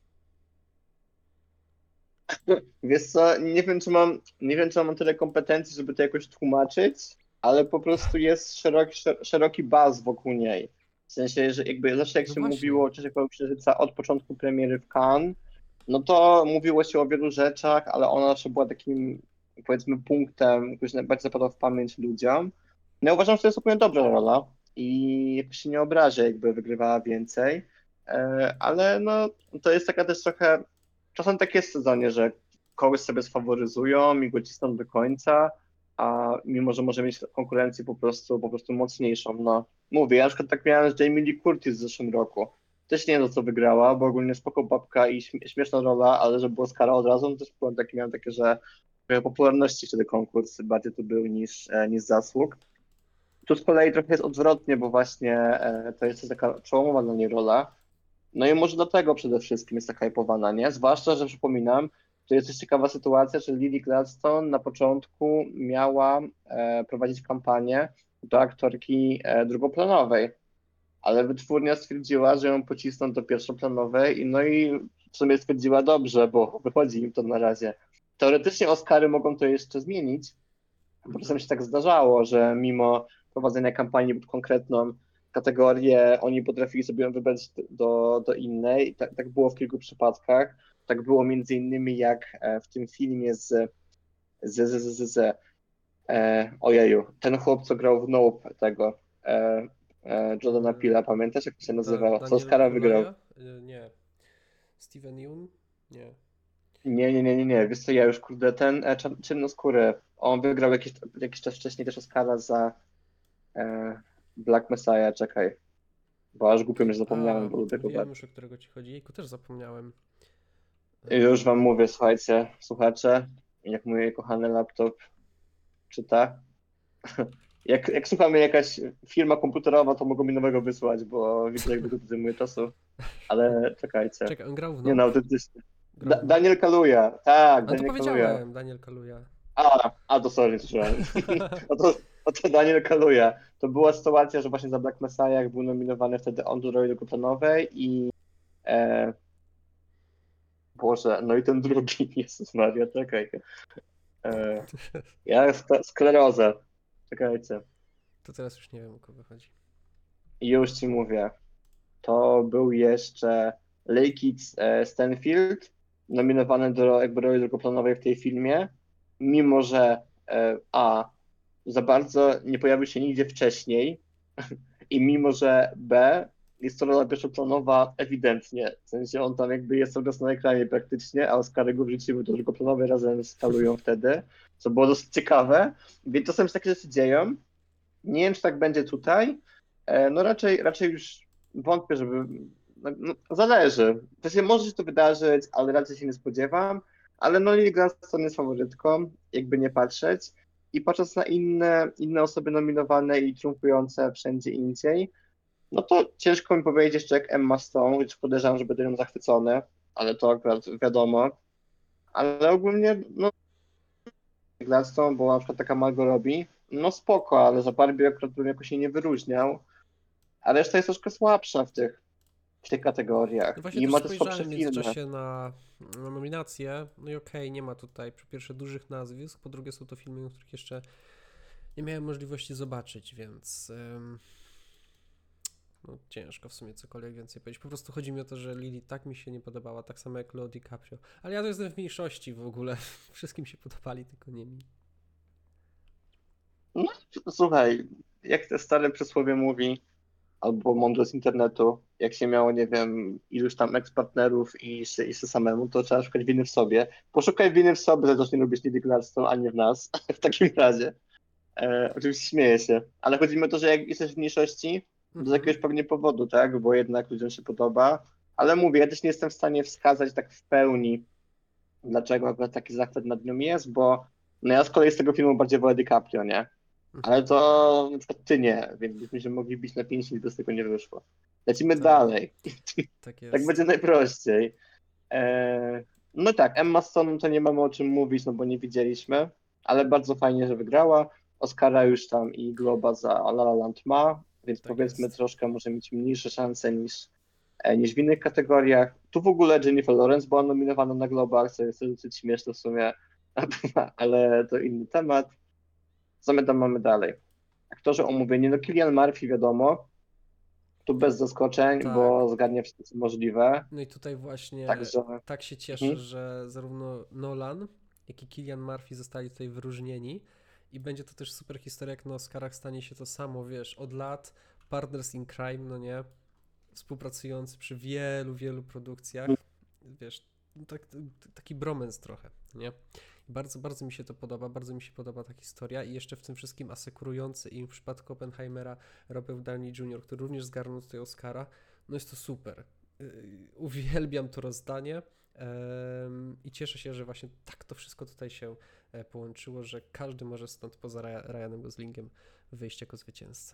Wiesz co, nie wiem, czy mam, nie wiem, czy mam tyle kompetencji, żeby to jakoś tłumaczyć, ale po prostu jest szeroki, szer- szeroki baz wokół niej. W sensie, że jakby zawsze jak No się właśnie. mówiło o Cześć Księżyca od początku premiery w Cannes, no to mówiło się o wielu rzeczach, ale ona zawsze była takim, powiedzmy, punktem, który najbardziej zapadał w pamięć ludziom. No ja uważam, że to jest zupełnie dobra rola i jakoś się nie obrażę, jakby wygrywała więcej, e, ale no to jest taka też trochę, czasem tak jest w sezonie, że kogoś sobie sfaworyzują i go cisną do końca, a mimo, że może mieć konkurencję po prostu, po prostu mocniejszą, no. Mówię, ja na przykład tak miałem z Jamie Lee Curtis w zeszłym roku. Też nie wiem, za co wygrała, bo ogólnie spoko babka i śm- śmieszna rola, ale że było Oscara od razu, no też byłem taki, miałem takie, że trochę popularności wtedy konkurs bardziej to był niż, e, niż zasług. Tu z kolei trochę jest odwrotnie, bo właśnie e, to jest taka czołowa dla niej rola. No i może dlatego przede wszystkim jest tak hypowana, nie? Zwłaszcza, że przypominam, to jest też ciekawa sytuacja, że Lily Gladstone na początku miała e, prowadzić kampanię do aktorki e, drugoplanowej, ale wytwórnia stwierdziła, że ją pocisną do pierwszoplanowej i no i w sumie stwierdziła dobrze, bo wychodzi im to na razie. Teoretycznie Oscary mogą to jeszcze zmienić, bo czasem się tak zdarzało, że mimo prowadzenia kampanii pod konkretną kategorię, oni potrafili sobie ją wybrać do, do innej. Tak, tak było w kilku przypadkach. Tak było między innymi jak e, w tym filmie z, z, z, z, z, z e, ojeju, ten chłop, co grał w Nope tego, e, e, Jordana Peele'a, pamiętasz jak to się Da, nazywało? Co Daniel Oscara wygrał? Kaluuya? Y, Nie. Steven Yeun? Nie. Nie, nie, nie, nie, nie, wiesz co, ja już kurde, ten e, czar- ciemnoskóry, on wygrał jakiś, jakiś czas wcześniej też Oscara za e, Black Messiah, czekaj. Bo aż głupio, że A, zapomniałem, bo lubię go wiem bardzo. już, o którego ci chodzi. Jejku, też zapomniałem. I już wam Eee, mówię, słuchajcie, słuchacze, jak mój kochany laptop czyta. Jak, jak słucha mnie jakaś firma komputerowa, to mogą mi nowego wysłać, bo widzę, jak dużo to zajmuje czasu. Ale czekajcie. Czekaj, on grał w Nie no, Nope? autentycznie. Grał Da w Nope? Daniel Kaluuya, tak, A to Daniel Kaluuya. powiedziałem, Daniel Kaluuya. A, a to sorry, słyszałem. No to, no to Daniel Kaluuya. To była sytuacja, że właśnie za Black Messiah był nominowany wtedy on do roli drugoplanowej i e, Boże, no i ten drugi, Jezus Maria, czekaj. E, ja sk- sklerozę. Czekajcie. To teraz już nie wiem, o kogo chodzi. I już ci mówię. To był jeszcze Lakeith e, Stanfield, nominowany do jakby roli drugoplanowej w tej filmie, mimo że e, A, za bardzo nie pojawił się nigdzie wcześniej i mimo że B, jest to rola pierwszoplanowa ewidentnie. W sensie on tam jakby jest obecny na ekranie praktycznie, a Oscary go wrzuciły do drugoplanowej razem z Kalują wtedy, co było dosyć ciekawe. Więc czasem się takie rzeczy dzieją. Nie wiem, czy tak będzie tutaj. E, No raczej, raczej już wątpię, żeby. No, no, zależy. W sensie może się to wydarzyć, ale raczej się nie spodziewam. Ale no Lily Gladstone jest faworytką, jakby nie patrzeć. I patrząc na inne, inne osoby nominowane i triumfujące wszędzie indziej, no to ciężko mi powiedzieć jeszcze jak Emma Stone, choć podejrzewam, że będę ją zachwycony, ale to akurat wiadomo. Ale ogólnie, no Gladstone, bo na przykład taka Margot Robbie, no spoko, ale za Barbie akurat bym jakoś się nie wyróżniał, a reszta jest troszkę słabsza w tych, w tych No kategoriach właśnie i też ma też słabsze spojrzałem w filmy. międzyczasie na, na nominacje. No i okej, nie ma tutaj po pierwsze dużych nazwisk, po drugie są to filmy, których jeszcze nie miałem możliwości zobaczyć, więc ym, no ciężko w sumie cokolwiek więcej powiedzieć. Po prostu chodzi mi o to, że Lily tak mi się nie podobała, tak samo jak Leo DiCaprio. Ale ja to jestem w mniejszości w ogóle. Wszystkim się podobali, tylko nie mi. No, słuchaj, jak te stare przysłowie mówi, albo mądrość internetu, jak się miało, nie wiem, iluś tam ex-partnerów i się, i się samemu, to trzeba szukać winy w sobie. Poszukaj winy w sobie, że też nie lubisz Lily Gladstone, a nie w nas, w takim razie. E, oczywiście śmieję się, ale chodzi mi o to, że jak jesteś w mniejszości, to z Mhm. jakiegoś pewnie powodu, tak, bo jednak ludziom się podoba, ale mówię, ja też nie jestem w stanie wskazać tak w pełni, dlaczego akurat taki zachwyt nad nią jest, bo no ja z kolei z tego filmu bardziej wolę DiCaprio, nie? Ale Mhm. to na przykład ty nie, więc byśmy się mogli bić na pięści i to z tego nie wyszło. Lecimy Tak, dalej. tak Tak jest. będzie najprościej. Eee, no tak, Emma Stone to nie mamy o czym mówić, no bo nie widzieliśmy, ale bardzo fajnie, że wygrała. Oscara już tam i Globa za La La Land ma, więc Tak powiedzmy jest. troszkę może mieć mniejsze szanse niż, e, niż w innych kategoriach. Tu w ogóle Jennifer Lawrence była nominowana na Globach, co jest dosyć śmieszne w sumie, ale to inny temat. Co my tam mamy dalej? Aktorzy omówieni, no Cillian Murphy wiadomo, tu bez zaskoczeń, Tak. bo zgadnia wszystko co możliwe, No i tutaj właśnie także tak się cieszę, mhm. że zarówno Nolan, jak i Cillian Murphy zostali tutaj wyróżnieni i będzie to też super historia, jak na Oscarach stanie się to samo, wiesz, od lat Partners in Crime, no nie, współpracujący przy wielu, wielu produkcjach, wiesz, no tak, taki bromance trochę, nie? Bardzo, bardzo mi się to podoba, bardzo mi się podoba ta historia i jeszcze w tym wszystkim asekurujący im w przypadku Oppenheimera Robert Downey junior, który również zgarnął tutaj Oscara, no jest to super. Yy, Uwielbiam to rozdanie em, i cieszę się, że właśnie tak to wszystko tutaj się e, połączyło, że każdy może stąd poza Rya- Ryanem Goslingiem wyjść jako zwycięzca.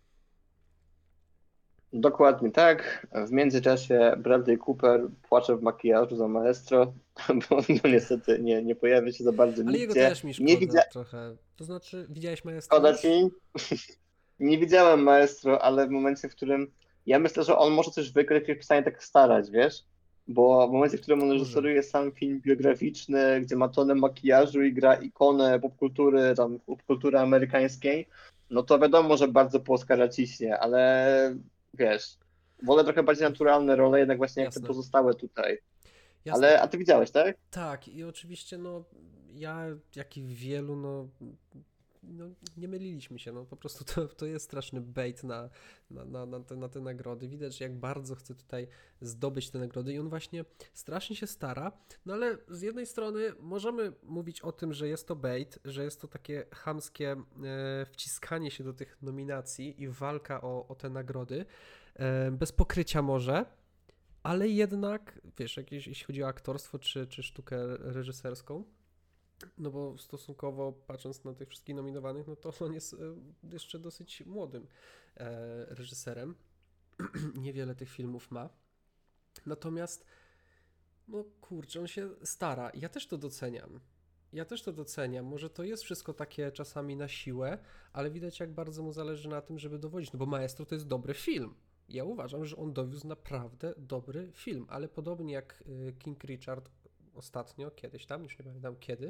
Dokładnie tak. W międzyczasie Bradley Cooper płacze w makijażu za Maestro, bo no niestety nie, nie pojawia się za bardzo Ale jego nigdzie. też mi Nie szkoda widzia... trochę. To znaczy, widziałeś Maestro Szkoda już? ci? Nie widziałem Maestro, ale w momencie, w którym ja myślę, że on może coś wygrać, jak przestanie tak starać, wiesz? Bo w momencie, w którym on Może. reżyseruje sam film biograficzny, gdzie ma tonę makijażu i gra ikonę popkultury, tam popkultury amerykańskiej, no to wiadomo, że bardzo Polska ciśnie, ale wiesz, wolę trochę bardziej naturalne role, jednak właśnie jak te Jasne. pozostałe tutaj. Jasne. Ale, a ty widziałeś, tak? Tak, i oczywiście, no, ja, jak i wielu, no, no, nie myliliśmy się, no, po prostu to, to jest straszny bait na, na, na, na, te, na te nagrody. Widać, jak bardzo chce tutaj zdobyć te nagrody i on właśnie strasznie się stara, no ale z jednej strony możemy mówić o tym, że jest to bait, że jest to takie chamskie e, wciskanie się do tych nominacji i walka o, o te nagrody, e, bez pokrycia może, ale jednak, wiesz, jakieś, jeśli chodzi o aktorstwo czy, czy sztukę reżyserską, no bo stosunkowo patrząc na tych wszystkich nominowanych, no to on jest e, jeszcze dosyć młodym e, reżyserem. Niewiele tych filmów ma. Natomiast, no kurczę, on się stara. Ja też to doceniam. Ja też to doceniam. Może to jest wszystko takie czasami na siłę, ale widać, jak bardzo mu zależy na tym, żeby dowodzić. No bo Maestro to jest dobry film. Ja uważam, że on dowiózł naprawdę dobry film, ale podobnie jak y, King Richard ostatnio, kiedyś tam, już nie pamiętam kiedy,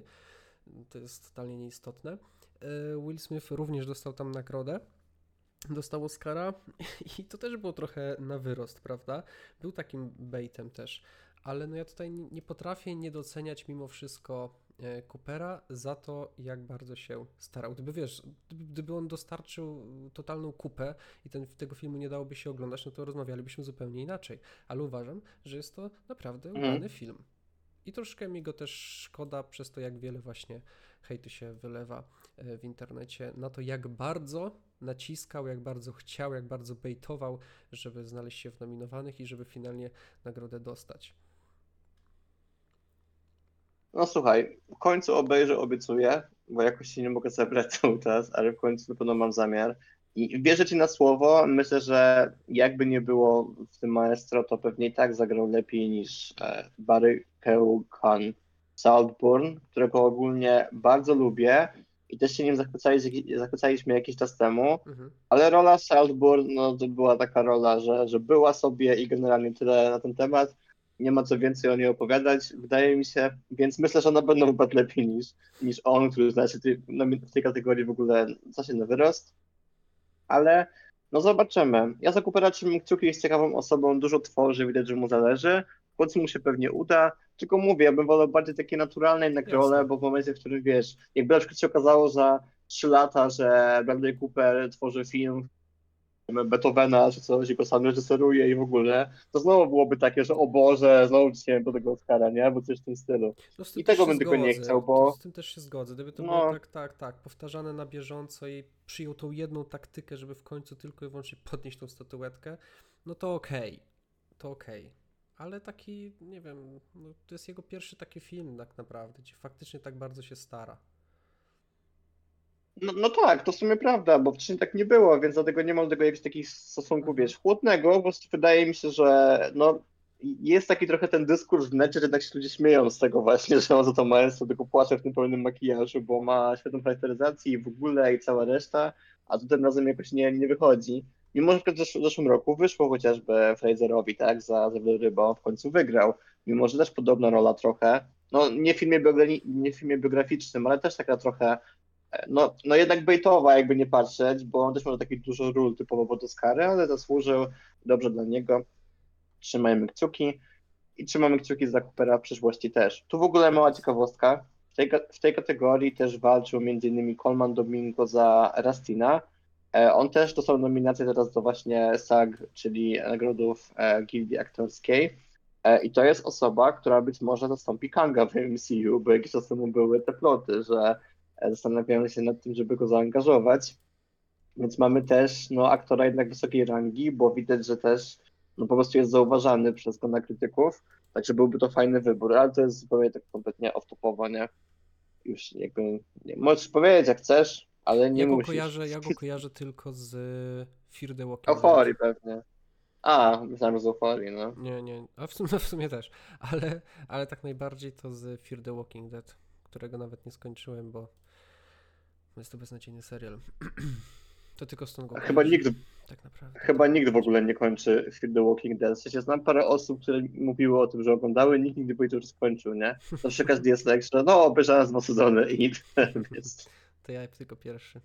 to jest totalnie nieistotne. y, Will Smith również dostał tam nagrodę, dostał Oscara i to też było trochę na wyrost, prawda? Był takim baitem też, ale no ja tutaj nie potrafię nie doceniać mimo wszystko e, Coopera za to, jak bardzo się starał. Gdyby wiesz, gdyby, gdyby on dostarczył totalną kupę i ten, tego filmu nie dałoby się oglądać, no to rozmawialibyśmy zupełnie inaczej. Ale uważam, że jest to naprawdę udany Mhm. film. I troszkę mi go też szkoda przez to, jak wiele właśnie hejtu się wylewa e, w internecie na to, jak bardzo naciskał, jak bardzo chciał, jak bardzo bejtował, żeby znaleźć się w nominowanych i żeby finalnie nagrodę dostać. No słuchaj, w końcu obejrzę, obiecuję, bo jakoś się nie mogę zebrać cały czas, ale w końcu na pewno mam zamiar. I wierzę ci na słowo, myślę, że jakby nie było w tym Maestro, to pewnie i tak zagrał lepiej niż e, Barry Keoghan Saltburn, którego ogólnie bardzo lubię i też się nim zachwycali, zachwycaliśmy jakiś czas temu, Mhm. ale rola Saltburn, no to była taka rola, że, że była sobie i generalnie tyle na ten temat. Nie ma co więcej o niej opowiadać, wydaje mi się, więc myślę, że na pewno wypadł lepiej niż, niż on, który znaczy w tej kategorii w ogóle znacznie na wyrost, ale No zobaczymy. Ja za Coopera trzymam kciuki, jest ciekawą osobą, dużo tworzy, widać, że mu zależy. W końcu mu się pewnie uda. Tylko mówię, ja bym wolał bardziej takie naturalne jednak role, Jasne. bo w momencie, w którym wiesz, jakby na przykład się okazało za trzy lata, że Bradley Cooper tworzy film Beethovena czy coś i go sam reżyseruje i w ogóle, to znowu byłoby takie, że o Boże, znowu dzisiaj do tego Oscara, nie? Bo coś w tym stylu. No z tym I też tego się bym tylko nie zgodzę. chciał, To bo z tym też się zgodzę. Gdyby to było no, tak, tak, tak, powtarzane na bieżąco i przyjął tą jedną taktykę, żeby w końcu tylko i wyłącznie podnieść tą statuetkę, no to okej. To okej. Ale taki, nie wiem, no to jest jego pierwszy taki film tak naprawdę, gdzie faktycznie tak bardzo się stara. no, no tak, to w sumie prawda, bo wcześniej tak nie było, więc dlatego nie mam do tego jakiegoś takiego stosunku, Mhm. wiesz, chłodnego, po prostu wydaje mi się, że no jest taki trochę ten dyskurs w necie, że tak się ludzie śmieją z tego właśnie, że on za to męstwo tylko płacze w tym pełnym makijażu, bo ma świetną charakteryzację i w ogóle i cała reszta, a tu tym razem jakoś nie, nie wychodzi. Mimo, że w zesz- w zeszłym roku wyszło chociażby Fraserowi, tak, za, za Wieloryba, on w końcu wygrał, mimo, że też podobna rola trochę, no nie w filmie, biogra- nie w filmie biograficznym, ale też taka trochę no, no jednak Bejtowa, jakby nie patrzeć, bo on też ma takich dużo ról typowo pod Oscary, ale zasłużył, dobrze dla niego. Trzymajmy kciuki i trzymamy kciuki za Coopera w przyszłości też. Tu w ogóle Tak mała jest. ciekawostka. W tej, ka- w tej kategorii też walczył między innymi Colman Domingo za Rastina. E, On też dostał nominację teraz do właśnie SAG, czyli nagrodów e, Gildii Aktorskiej. E, I to jest osoba, która być może zastąpi Kanga w M C U, bo jakiś czas temu były te ploty, że e, zastanawiamy się nad tym, żeby go zaangażować. Więc mamy też no, aktora jednak wysokiej rangi, bo widać, że też no, po prostu jest zauważany przez grona krytyków. Także byłby to fajny wybór, ale to jest zupełnie tak kompletnie off-topowo, nie? Już jakby, nie, możesz powiedzieć jak chcesz, ale nie Ja go musisz. kojarzę, ja go kojarzę tylko z Fear the Walking Dead. Euforii pewnie. A, myślałem, że z euforii, no. Nie, nie, a w sumie, no w sumie też, ale, ale tak najbardziej to z Fear the Walking Dead, którego nawet nie skończyłem, bo jest to beznadziejny serial. To tylko stąd go A chyba kojarzę. nikt, Tak naprawdę, chyba tak nikt w najbardziej. ogóle nie kończy Fear the Walking Dead. W sensie znam parę osób, które mówiły o tym, że oglądały, nikt nigdy powiedział, że skończył, nie? Zawsze każdy jest tak, że no, obejrzałem z dwa sezony i więc To ja tylko pierwszy.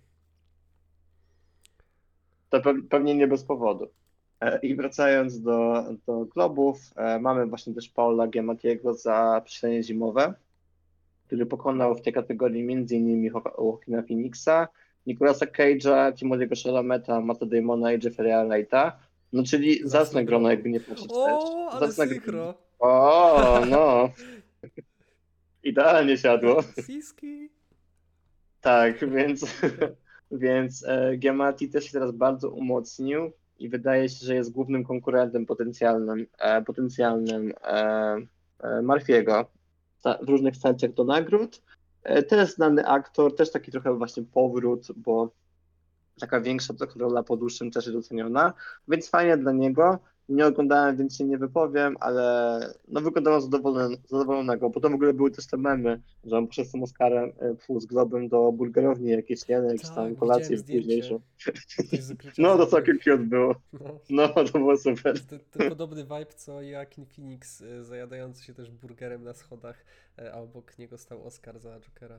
to pe- pewnie nie bez powodu. E, I wracając do, do globów, e, mamy właśnie też Paula Giammattiego za Przesilenie Zimowe, który pokonał w tej kategorii m.in. Joaquina Phoenixa, Nicolasa Cage'a, Timothy'ego Chalameta, Matta Damona i Jeffrey'a Wrighta. No czyli Zacne zacne grono, grono. jakby nie patrzeć też. O, ale Zacne grono. synchro! O, no, idealnie siadło. Siski! Tak, więc, więc e, Giamatti też się teraz bardzo umocnił i wydaje się, że jest głównym konkurentem potencjalnym, e, potencjalnym e, e, Murphy'ego ta- w różnych stacjach do nagród. E, też znany aktor, też taki trochę właśnie powrót, bo taka większa taka rola po dłuższym czasie doceniona, więc fajnie dla niego. Nie oglądałem, więc się nie wypowiem, ale no wyglądałem zadowolony, zadowolonego, bo to w ogóle były też te memy, że on poszedł z tym Oscarem, e, fu, z Globem do burgerowni jakieś, nie, na jakieś tam Tak, widziałem kolację zdjęcie. późniejszą. Ktoś z ukrycia No to zrobił. całkiem cute było. No. No to było super. To, to podobny vibe co Joaquin Phoenix, y, zajadający się też burgerem na schodach, y, a obok niego stał Oscar za Jokera.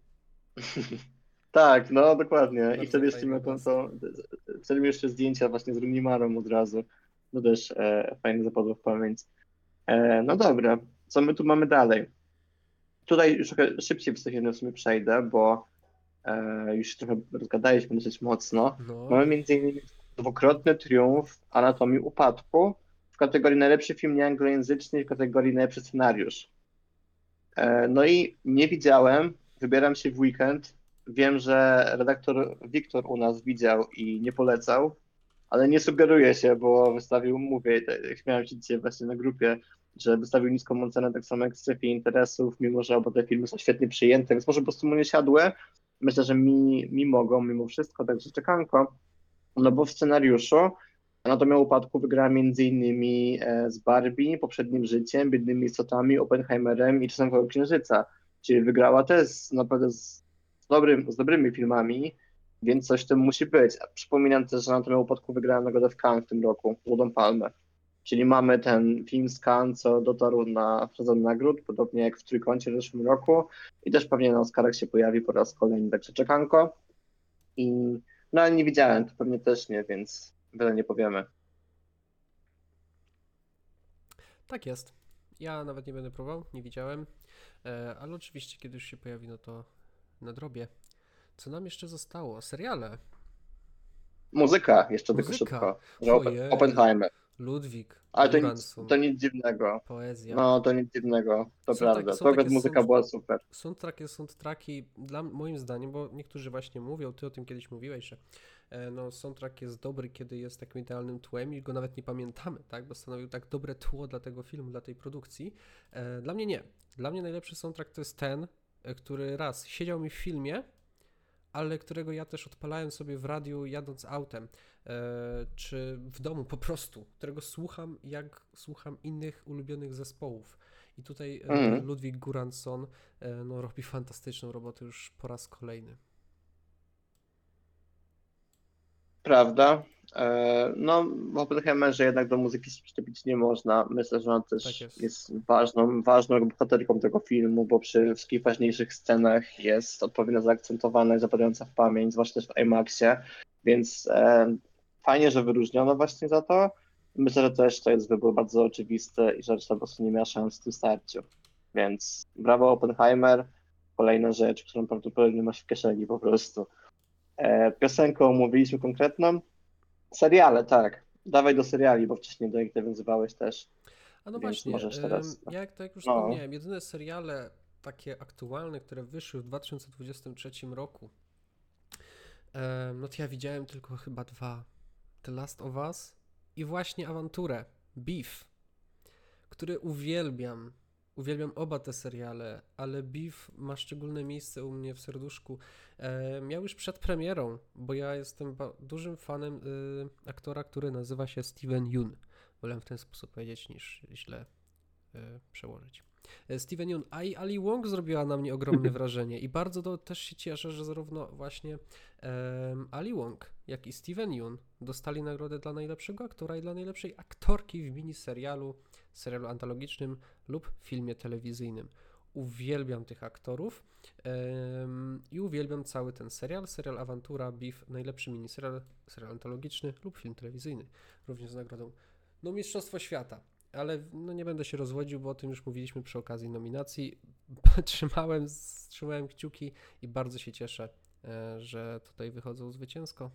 Tak, no dokładnie. I Bardzo wtedy jeszcze fajny miał to, obrazek. to, wtedy miał jeszcze zdjęcia właśnie z Rooney Marą od razu. No też e, fajnie zapadło w pamięć. E, no dobra, co my tu mamy dalej? Tutaj już trochę szybciej w w sumie przejdę, bo e, już się trochę rozgadaliśmy dosyć mocno. No, Mamy między innymi dwukrotny triumf Anatomii Upadku w kategorii najlepszy film nieanglojęzyczny i w kategorii najlepszy scenariusz. E, no i nie widziałem, wybieram się w weekend. Wiem, że redaktor Wiktor u nas widział i nie polecał, ale nie sugeruję się, bo wystawił, mówię, tak jak śmiałem się dzisiaj właśnie na grupie, że wystawił niską ocenę, tak samo jak w strefie interesów, mimo że oba te filmy są świetnie przyjęte, więc może po prostu mu nie siadły. Myślę, że mi, mi mogą mimo wszystko, także czekanko. No bo w scenariuszu Anatomia Upadku wygrała między innymi e, z Barbie, Poprzednim Życiem, Biednymi Istotami, Oppenheimerem i Czasem Koło Księżyca. Czyli wygrała też z, naprawdę z, dobrym, z dobrymi filmami, więc coś w tym musi być. A przypominam też, że Anatomia Upadku wygrała nagrodę w Cannes w tym roku, Złotą Palmę. Czyli mamy ten film z Cannes, co dotarł na sezon nagród, podobnie jak w Trójkącie w zeszłym roku i też pewnie na Oscarach się pojawi po raz kolejny, także czekanko. I No ale nie widziałem, to pewnie też nie, więc wiele nie powiemy. Tak jest. Ja nawet nie będę próbował, nie widziałem, e, ale oczywiście kiedy już się pojawi, no to nadrobię. Co nam jeszcze zostało? Seriale, Muzyka, jeszcze tylko muzyka. szybko, że Oppen- Ojej, Oppenheimer. Ludwik, Ale to nic, Göransson, to nic dziwnego. poezja. No, to nic dziwnego, to Są, tak, prawda. są To akurat takie muzyka sound, była super. soundtracki, soundtracki dla moim zdaniem, bo niektórzy właśnie mówią, ty o tym kiedyś mówiłeś, że e, no, soundtrack jest dobry, kiedy jest takim idealnym tłem i go nawet nie pamiętamy, tak, bo stanowił tak dobre tło dla tego filmu, dla tej produkcji. E, Dla mnie nie. Dla mnie najlepszy soundtrack to jest ten, e, który raz siedział mi w filmie, ale którego ja też odpalałem sobie w radiu jadąc autem, e, czy w domu po prostu, którego słucham jak słucham innych ulubionych zespołów. I tutaj e, Mhm. Ludwik Göransson e, no, robi fantastyczną robotę już po raz kolejny. Prawda? E, No, w Oppenheimerze jednak do muzyki się przyczepić nie można. Myślę, że ona Tak też jest. jest ważną, ważną bohaterką tego filmu, bo przy wszystkich ważniejszych scenach jest odpowiednio zaakcentowana i zapadająca w pamięć, zwłaszcza też w IMAXie, więc e, fajnie, że wyróżniono właśnie za to. Myślę, że też to jest wybór bardzo oczywisty i że reszta po prostu nie miała szans w tym starciu. Więc brawo Oppenheimer, kolejna rzecz, którą prawdopodobnie masz w kieszeni po prostu. E, piosenkę omówiliśmy konkretną. Seriale, tak. Dawaj do seriali, bo wcześniej do nich nawiązywałeś też, A no więc właśnie, możesz ym, teraz. ja jak, tak jak już No, wspomniałem, jedyne seriale takie aktualne, które wyszły w dwa tysiące dwudziestym trzecim roku, ym, no to ja widziałem tylko chyba dwa. The Last of Us i właśnie Awanturę, Beef, który uwielbiam. Uwielbiam oba te seriale, ale Beef ma szczególne miejsce u mnie w serduszku. E, miał już przed premierą, bo ja jestem ba- dużym fanem y, aktora, który nazywa się Steven Yeun. Wolę w ten sposób powiedzieć, niż źle y, przełożyć. E, Steven Yeun, a i Ali Wong zrobiła na mnie ogromne wrażenie i bardzo to też się cieszę, że zarówno właśnie em, Ali Wong, jak i Steven Yeun dostali nagrodę dla najlepszego aktora i dla najlepszej aktorki w miniserialu, serialu antologicznym lub filmie telewizyjnym. Uwielbiam tych aktorów em, i uwielbiam cały ten serial. Serial Awantura, Beef, najlepszy miniserial, serial antologiczny lub film telewizyjny, również z nagrodą no Mistrzostwo Świata. Ale no nie będę się rozwodził, bo o tym już mówiliśmy przy okazji nominacji. Trzymałem, trzymałem kciuki i bardzo się cieszę, e, że tutaj wychodzą zwycięsko.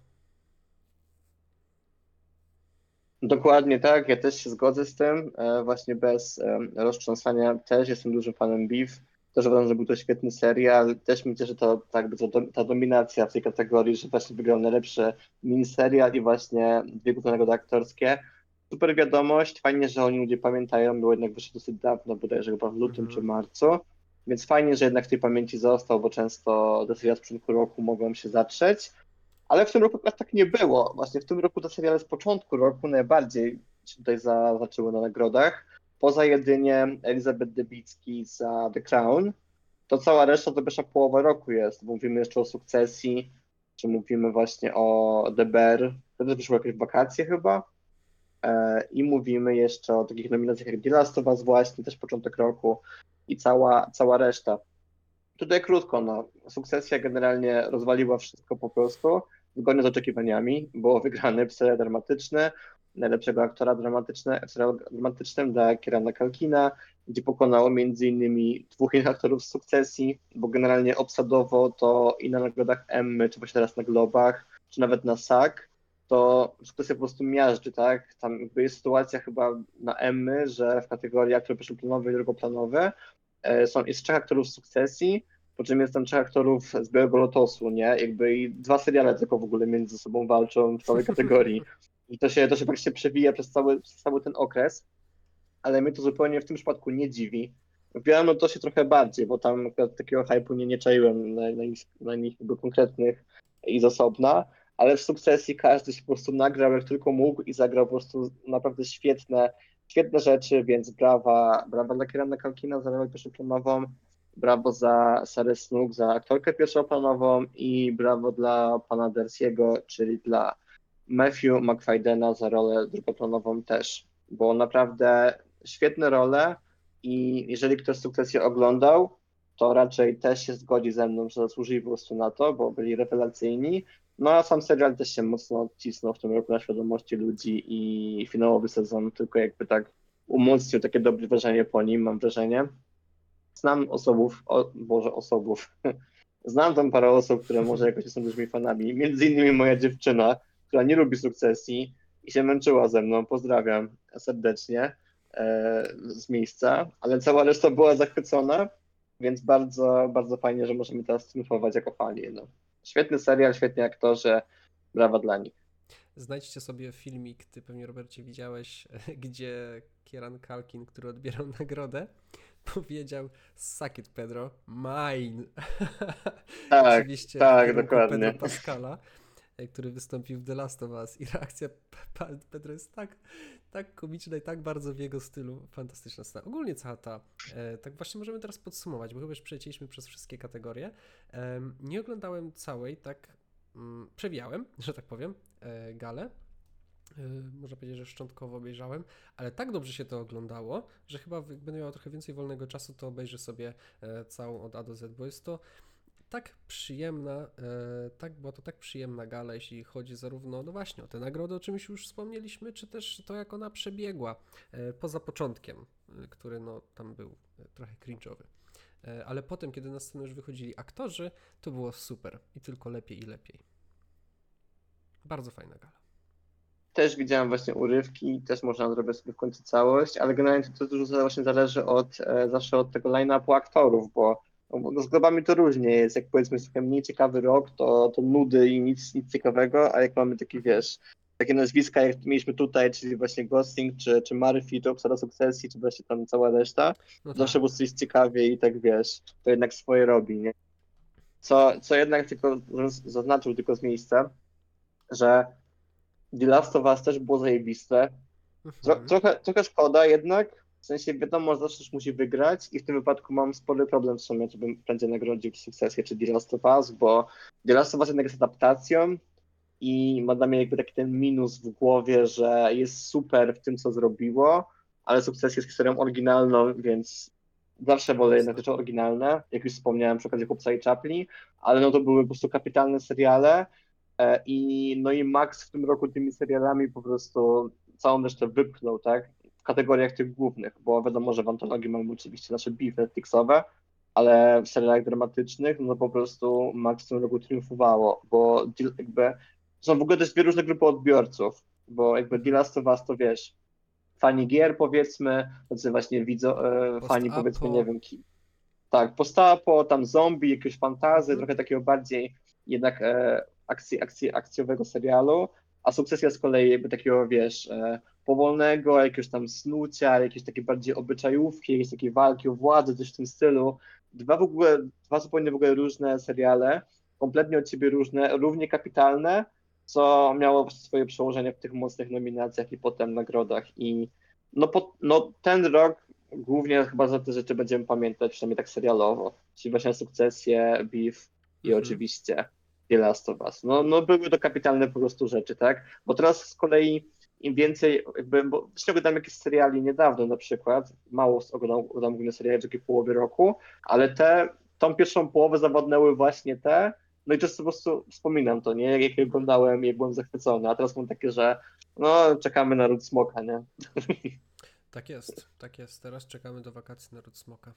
dokładnie tak. Ja też się zgodzę z tym. E, właśnie bez e, roztrząsania też jestem dużym fanem Beef. Też uważam, że był to świetny serial. Też mi cieszy to, tak, by to, ta dominacja w tej kategorii, że właśnie wygrał najlepszy miniserial i właśnie dwie główne nagrody aktorskie. Super wiadomość. Fajnie, że oni ludzie pamiętają, bo jednak wyszedł dosyć dawno, bodajże chyba w lutym czy Mhm. marcu. Więc fajnie, że jednak w tej pamięci został, bo często te seriale z początku roku mogą się zatrzeć. Ale w tym roku akurat tak nie było. Właśnie w tym roku te seriale z początku roku najbardziej się tutaj za, zaczęły na nagrodach. Poza jedynie Elizabeth Debicki za The Crown, to cała reszta to pierwsza połowa roku jest, bo mówimy jeszcze o Sukcesji, czy mówimy właśnie o The Bear, wtedy wyszły jakieś wakacje chyba, e, i mówimy jeszcze o takich nominacjach jak The Last of Us właśnie, też początek roku i cała, cała reszta. Tutaj krótko, no. Sukcesja generalnie rozwaliła wszystko po prostu, zgodnie z oczekiwaniami. Było wygrany serial dramatyczny, najlepszego aktora dramatyczne, w serialu dramatycznym dla Kierana Kalkina, gdzie pokonało między innymi dwóch innych aktorów z Sukcesji, bo generalnie obsadowo to i na nagrodach Emmy, czy właśnie teraz na Globach, czy nawet na S A G, to Sukcesja po prostu miażdży, tak? Tam jakby jest sytuacja chyba na Emmy, że w kategorii aktor pierwszoplanowy i drugoplanowy e, są, jest trzech aktorów z Sukcesji, po czym jest tam trzech aktorów z Białego Lotosu, nie? Jakby i dwa seriale tylko w ogóle między sobą walczą w całej kategorii. I to się, to się praktycznie przewija przez cały, przez cały ten okres, ale mnie to zupełnie w tym przypadku nie dziwi. W Białym Lotosie trochę bardziej, bo tam akurat takiego hype'u nie, nie czaiłem na, na, nich, na nich jakby konkretnych i z osobna, ale w Sukcesji każdy się po prostu nagrał jak tylko mógł i zagrał po prostu naprawdę świetne, świetne rzeczy, więc brawa, brawa dla Kierana Kalkina za rolę pierwszoplanową, brawo za Sarę Snook za aktorkę pierwszoplanową i brawo dla pana Darcy'ego, czyli dla Matthew McFaydena za rolę drugoplanową też, bo naprawdę świetne role i jeżeli ktoś Sukcesję oglądał, to raczej też się zgodzi ze mną, że zasłużyli po prostu na to, bo byli rewelacyjni. No a sam serial też się mocno odcisnął w tym roku na świadomości ludzi i finałowy sezon tylko jakby tak umocnił takie dobre wrażenie po nim, mam wrażenie. Znam osobów, o Boże, osobów. Znam tam parę osób, które może jakoś są dużymi fanami. Między innymi moja dziewczyna, która nie lubi Sukcesji i się męczyła ze mną. Pozdrawiam serdecznie e, z miejsca, ale cała reszta była zachwycona, więc bardzo, bardzo fajnie, że możemy teraz triumfować jako fani. No. Świetny serial, świetni aktorzy, brawa dla nich. Znajdźcie sobie filmik, ty pewnie, Robercie, widziałeś, gdzie Kieran Culkin, który odbierał nagrodę, powiedział: "Suck it, Pedro, mine". Tak, Oczywiście w tak, kierunku Pedro dokładnie. Pascala, e, który wystąpił w The Last of Us, i reakcja P- P- Pedro jest tak, tak komiczna i tak bardzo w jego stylu. Fantastyczna scena. Ogólnie cała ta, e, tak właśnie możemy teraz podsumować, bo chyba już przelecieliśmy przez wszystkie kategorie. Em, nie oglądałem całej, tak mm, przewijałem, że tak powiem, e, galę. Yy, można powiedzieć, że szczątkowo obejrzałem, ale tak dobrze się to oglądało, że chyba jak będę miał trochę więcej wolnego czasu, to obejrzę sobie e, całą od A do Z, bo jest to tak przyjemna, e, tak, była to tak przyjemna gala, jeśli chodzi zarówno, no właśnie, o te nagrody, o czymś już wspomnieliśmy, czy też to, jak ona przebiegła, e, poza początkiem, e, który no tam był e, trochę cringe'owy. E, ale potem, kiedy na scenę już wychodzili aktorzy, to było super i tylko lepiej i lepiej. Bardzo fajna gala. Też widziałem właśnie urywki, też można zrobić sobie w końcu całość, ale generalnie to dużo właśnie zależy od, e, zawsze od tego line-upu aktorów, bo, bo z globami to różnie jest. Jak powiedzmy jest trochę mniej ciekawy rok, to, to nudy i nic, nic ciekawego, a jak mamy taki, Mhm. wiesz, takie nazwiska, jak mieliśmy tutaj, czyli właśnie Gosling, czy, czy Murphy, to obsada Sukcesji, czy właśnie tam cała reszta, No zawsze tak. po prostu jest ciekawie i tak, wiesz, to jednak swoje robi, nie? Co, co jednak tylko zaznaczył tylko z miejsca, że The Last of Us też było zajebiste. Tro, Mhm. trochę, trochę szkoda jednak, w sensie wiadomo, że zawsze coś musi wygrać i w tym wypadku mam spory problem w sumie, czy bym prędzej nagrodził Sukcesję czy The Last of Us, bo The Last of Us jednak jest adaptacją i ma dla mnie jakby taki ten minus w głowie, że jest super w tym, co zrobiło, ale Sukcesja jest historią oryginalną, więc zawsze wolę jednak Jasne. rzeczy oryginalne, jak już wspomniałem przy okazji Chłopca i Czapli, ale no to były po prostu kapitalne seriale. E, I, no i Max w tym roku tymi serialami po prostu całą resztę wypchnął, tak? W kategoriach tych głównych, bo wiadomo, że w antologii mamy oczywiście nasze beef Netflixowe, ale w serialach dramatycznych, no po prostu Max w tym roku triumfowało, bo deal- jakby są w ogóle też dwie różne grupy odbiorców, bo jakby The Mhm. Last of Us to wiesz, fani gier powiedzmy, tacy właśnie widzo, e, fani powiedzmy, nie Post-apo. wiem, ki, tak, postapo, tam zombie, jakieś fantazy, Mhm. trochę takiego bardziej jednak e, akcji, akcji, akcjowego serialu, a Sukcesja z kolei jakby takiego, wiesz, e, powolnego, jakiegoś tam snucia, jakieś takie bardziej obyczajówki, jakieś takie walki o władzę, coś w tym stylu. Dwa w ogóle, dwa zupełnie w ogóle różne seriale, kompletnie od siebie różne, równie kapitalne, co miało swoje przełożenie w tych mocnych nominacjach i potem nagrodach. I no, po, no ten rok głównie chyba za te rzeczy będziemy pamiętać, przynajmniej tak serialowo. Czyli właśnie Sukcesję, Beef i Mhm. oczywiście The Last of Us. No, no były to kapitalne po prostu rzeczy, tak? Bo teraz z kolei im więcej, jakby, bo właśnie oglądałem jakieś seriali niedawno na przykład, mało oglądam, oglądam głównie seriale w drugiej połowie roku, ale te, tą pierwszą połowę zawodnęły właśnie te, no i też po prostu wspominam to, nie? Jak je Mhm. oglądałem, jak byłem zachwycony, a teraz mam takie, że no czekamy na Ród Smoka, nie? Tak jest, tak jest. Teraz czekamy do wakacji na Ród Smoka.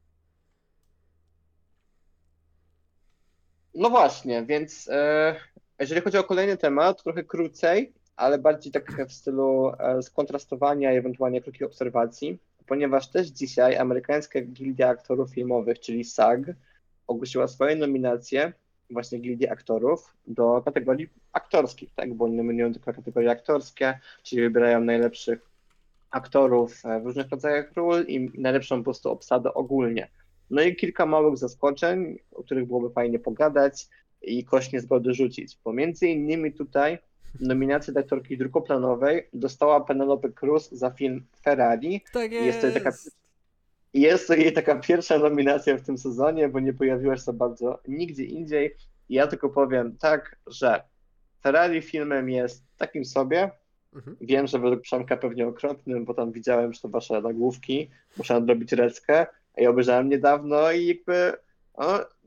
No właśnie, więc e, jeżeli chodzi o kolejny temat, trochę krócej, ale bardziej tak w stylu e, skontrastowania i ewentualnie krótkich obserwacji, ponieważ też dzisiaj amerykańska Gildia Aktorów Filmowych, czyli SAG, ogłosiła swoje nominacje, właśnie Gildii Aktorów, do kategorii aktorskich, tak? Bo oni nominują tylko kategorie aktorskie, czyli wybierają najlepszych aktorów e, w różnych rodzajach ról i najlepszą po prostu obsadę ogólnie. No i kilka małych zaskoczeń, o których byłoby fajnie pogadać i kość niezgody rzucić. Bo między innymi tutaj nominację do aktorki drugoplanowej dostała Penelope Cruz za film Ferrari Tak i jest to jej taka, jest! i jest to jej taka pierwsza nominacja w tym sezonie, bo nie pojawiła się za bardzo nigdzie indziej. I ja tylko powiem tak, że Ferrari filmem jest takim sobie, Mhm. wiem, że według Przemka pewnie okropnym, bo tam widziałem, że to wasze nagłówki, muszę nadrobić reckę. Ja obejrzałem niedawno i jakby o,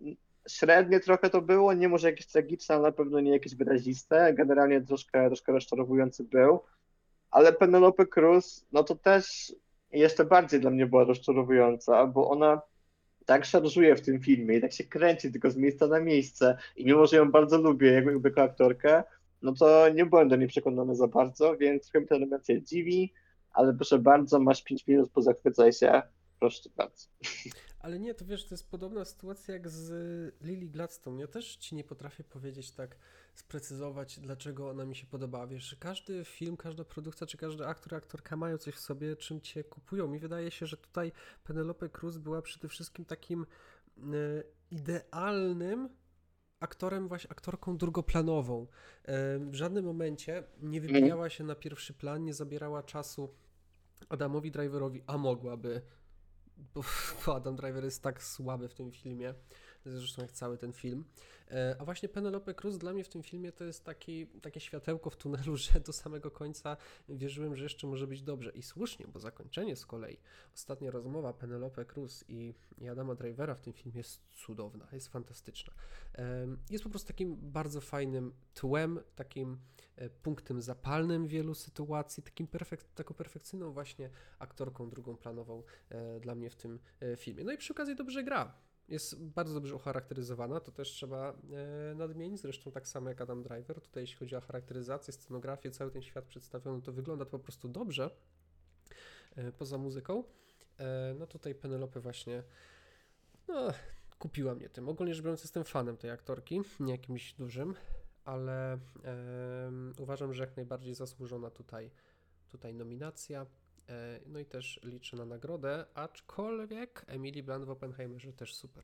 średnie trochę to było, nie może jakieś tragiczne, ale na pewno nie jakieś wyraziste. Generalnie troszkę, troszkę rozczarowujący był. Ale Penelope Cruz, no to też jeszcze bardziej dla mnie była rozczarowująca, bo ona tak szarżuje w tym filmie i tak się kręci tylko z miejsca na miejsce i mimo, że ją bardzo lubię jako, jako aktorkę, no to nie byłem do niej przekonany za bardzo, więc trochę mnie ta animacja dziwi, ale proszę bardzo, masz pięć minut, pozachwycaj się, proszę cię bardzo. Ale nie, to wiesz, to jest podobna sytuacja jak z Lily Gladstone. Ja też ci nie potrafię powiedzieć tak, sprecyzować, dlaczego ona mi się podoba. Wiesz, że każdy film, każda produkcja, czy każdy aktor, aktorka mają coś w sobie, czym cię kupują. Mi wydaje się, że tutaj Penelope Cruz była przede wszystkim takim y, idealnym aktorem, właśnie aktorką drugoplanową. Y, w żadnym momencie nie Mhm. wybijała się na pierwszy plan, nie zabierała czasu Adamowi Driverowi, a mogłaby, bo, bo Adam Driver jest tak słaby w tym filmie, zresztą jak cały ten film. E, A właśnie Penelope Cruz dla mnie w tym filmie to jest taki, takie światełko w tunelu, że do samego końca wierzyłem, że jeszcze może być dobrze. I słusznie, bo zakończenie z kolei, ostatnia rozmowa Penelope Cruz i, i Adama Drivera w tym filmie jest cudowna, jest fantastyczna. E, Jest po prostu takim bardzo fajnym tłem, takim e, punktem zapalnym wielu sytuacji, takim perfek- taką perfekcyjną właśnie aktorką drugą planową e, dla mnie w tym e, filmie. No i przy okazji dobrze gra. Jest bardzo dobrze ucharakteryzowana, to też trzeba e, nadmienić, zresztą tak samo jak Adam Driver. Tutaj jeśli chodzi o charakteryzację, scenografię, cały ten świat przedstawiony, to wygląda to po prostu dobrze, e, poza muzyką. E, no tutaj Penelope właśnie, no, kupiła mnie tym. Ogólnie rzecz biorąc jestem fanem tej aktorki, nie jakimś dużym, ale e, uważam, że jak najbardziej zasłużona tutaj, tutaj nominacja. E, No i też liczę na nagrodę, aczkolwiek Emily Blunt w Oppenheimerze też super.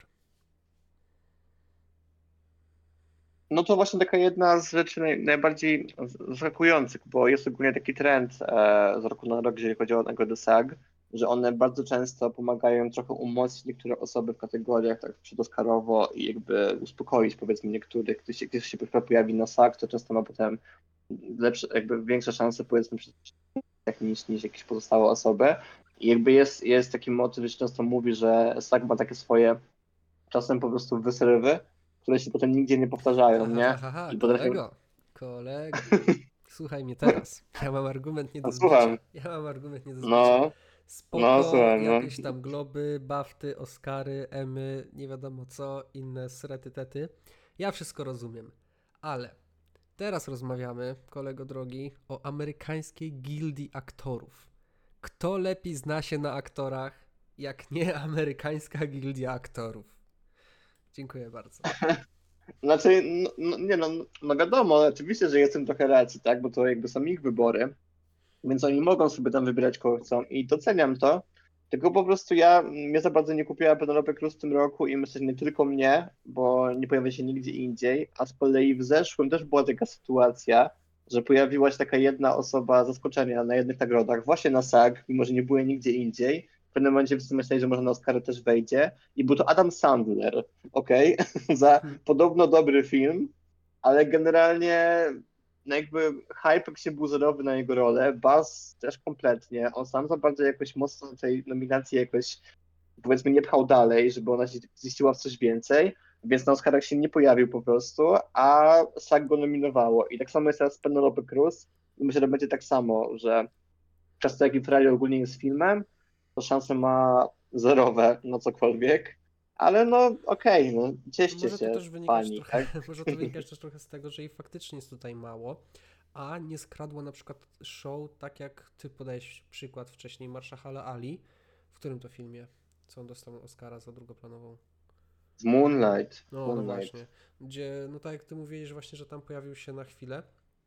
No to właśnie taka jedna z rzeczy naj, najbardziej z- zaskakujących, bo jest ogólnie taki trend e, z roku na rok, jeżeli chodzi o nagrody S A G, że one bardzo często pomagają trochę umocnić niektóre osoby w kategoriach tak przedoskarowo i jakby uspokoić powiedzmy niektórych, gdy się, gdy się pojawi na S A G, to często ma potem lepsze, jakby większe szanse powiedzmy tak niż, niż jakieś pozostałe osoby. I jakby jest, jest taki motyw, że się często mówi, że S A G ma takie swoje czasem po prostu wysrywy, które się potem nigdzie nie Ha, powtarzają, ha, ha, nie? ha, ha, I potrafią. kolego, kolego, słuchaj mnie teraz. Ja mam argument nie No do słucham. zbicia. Ja mam argument nie do zbicia. No, no Spoko, słucham, no. jakieś tam globy, bafty, Oscary, Emmy, nie wiadomo co, inne srety tety. Ja wszystko rozumiem, ale teraz rozmawiamy, kolego drogi, o amerykańskiej gildii aktorów. Kto lepiej zna się na aktorach, jak nie amerykańska gildia aktorów? Dziękuję bardzo. Znaczy, no, no, nie no, no wiadomo, oczywiście, że jestem trochę racji, tak? Bo to jakby są ich wybory, więc oni mogą sobie tam wybierać kogo chcą i doceniam to. Tylko po prostu ja, mnie za bardzo nie kupiła Penelope Cruz w tym roku i myślę, że nie tylko mnie, bo nie pojawia się nigdzie indziej, a z kolei w zeszłym też była taka sytuacja, że pojawiła się taka jedna osoba zaskoczenia na jednych nagrodach, właśnie na S A G, mimo że nie były nigdzie indziej. W pewnym momencie wszyscy myśleli, że może na Oscary też wejdzie i był to Adam Sandler, okej, za podobno dobry film, ale generalnie no jakby hype się był zerowy na jego rolę, Buzz też kompletnie, on sam za bardzo jakoś mocno tej nominacji jakoś powiedzmy nie pchał dalej, żeby ona się ziściła w coś więcej, więc na Oscarach się nie pojawił po prostu, a S A G go nominowało i tak samo jest teraz z Penelope Cruz i myślę, że będzie tak samo, że przez to jaki Ferrari ogólnie jest filmem, to szanse ma zerowe na cokolwiek, ale no okej, no cieszcie Może to się też wynikać fani, trochę, tak? może to wynikać też trochę z tego, że jej faktycznie jest tutaj mało, a nie skradła na przykład show, tak jak ty podałeś przykład wcześniej Marshala Ali, w którym to filmie, co on dostał Oscara za drugoplanową. W Moonlight, No, no Moonlight. właśnie, gdzie, no tak jak ty mówiłeś, że właśnie, że tam pojawił się na chwilę,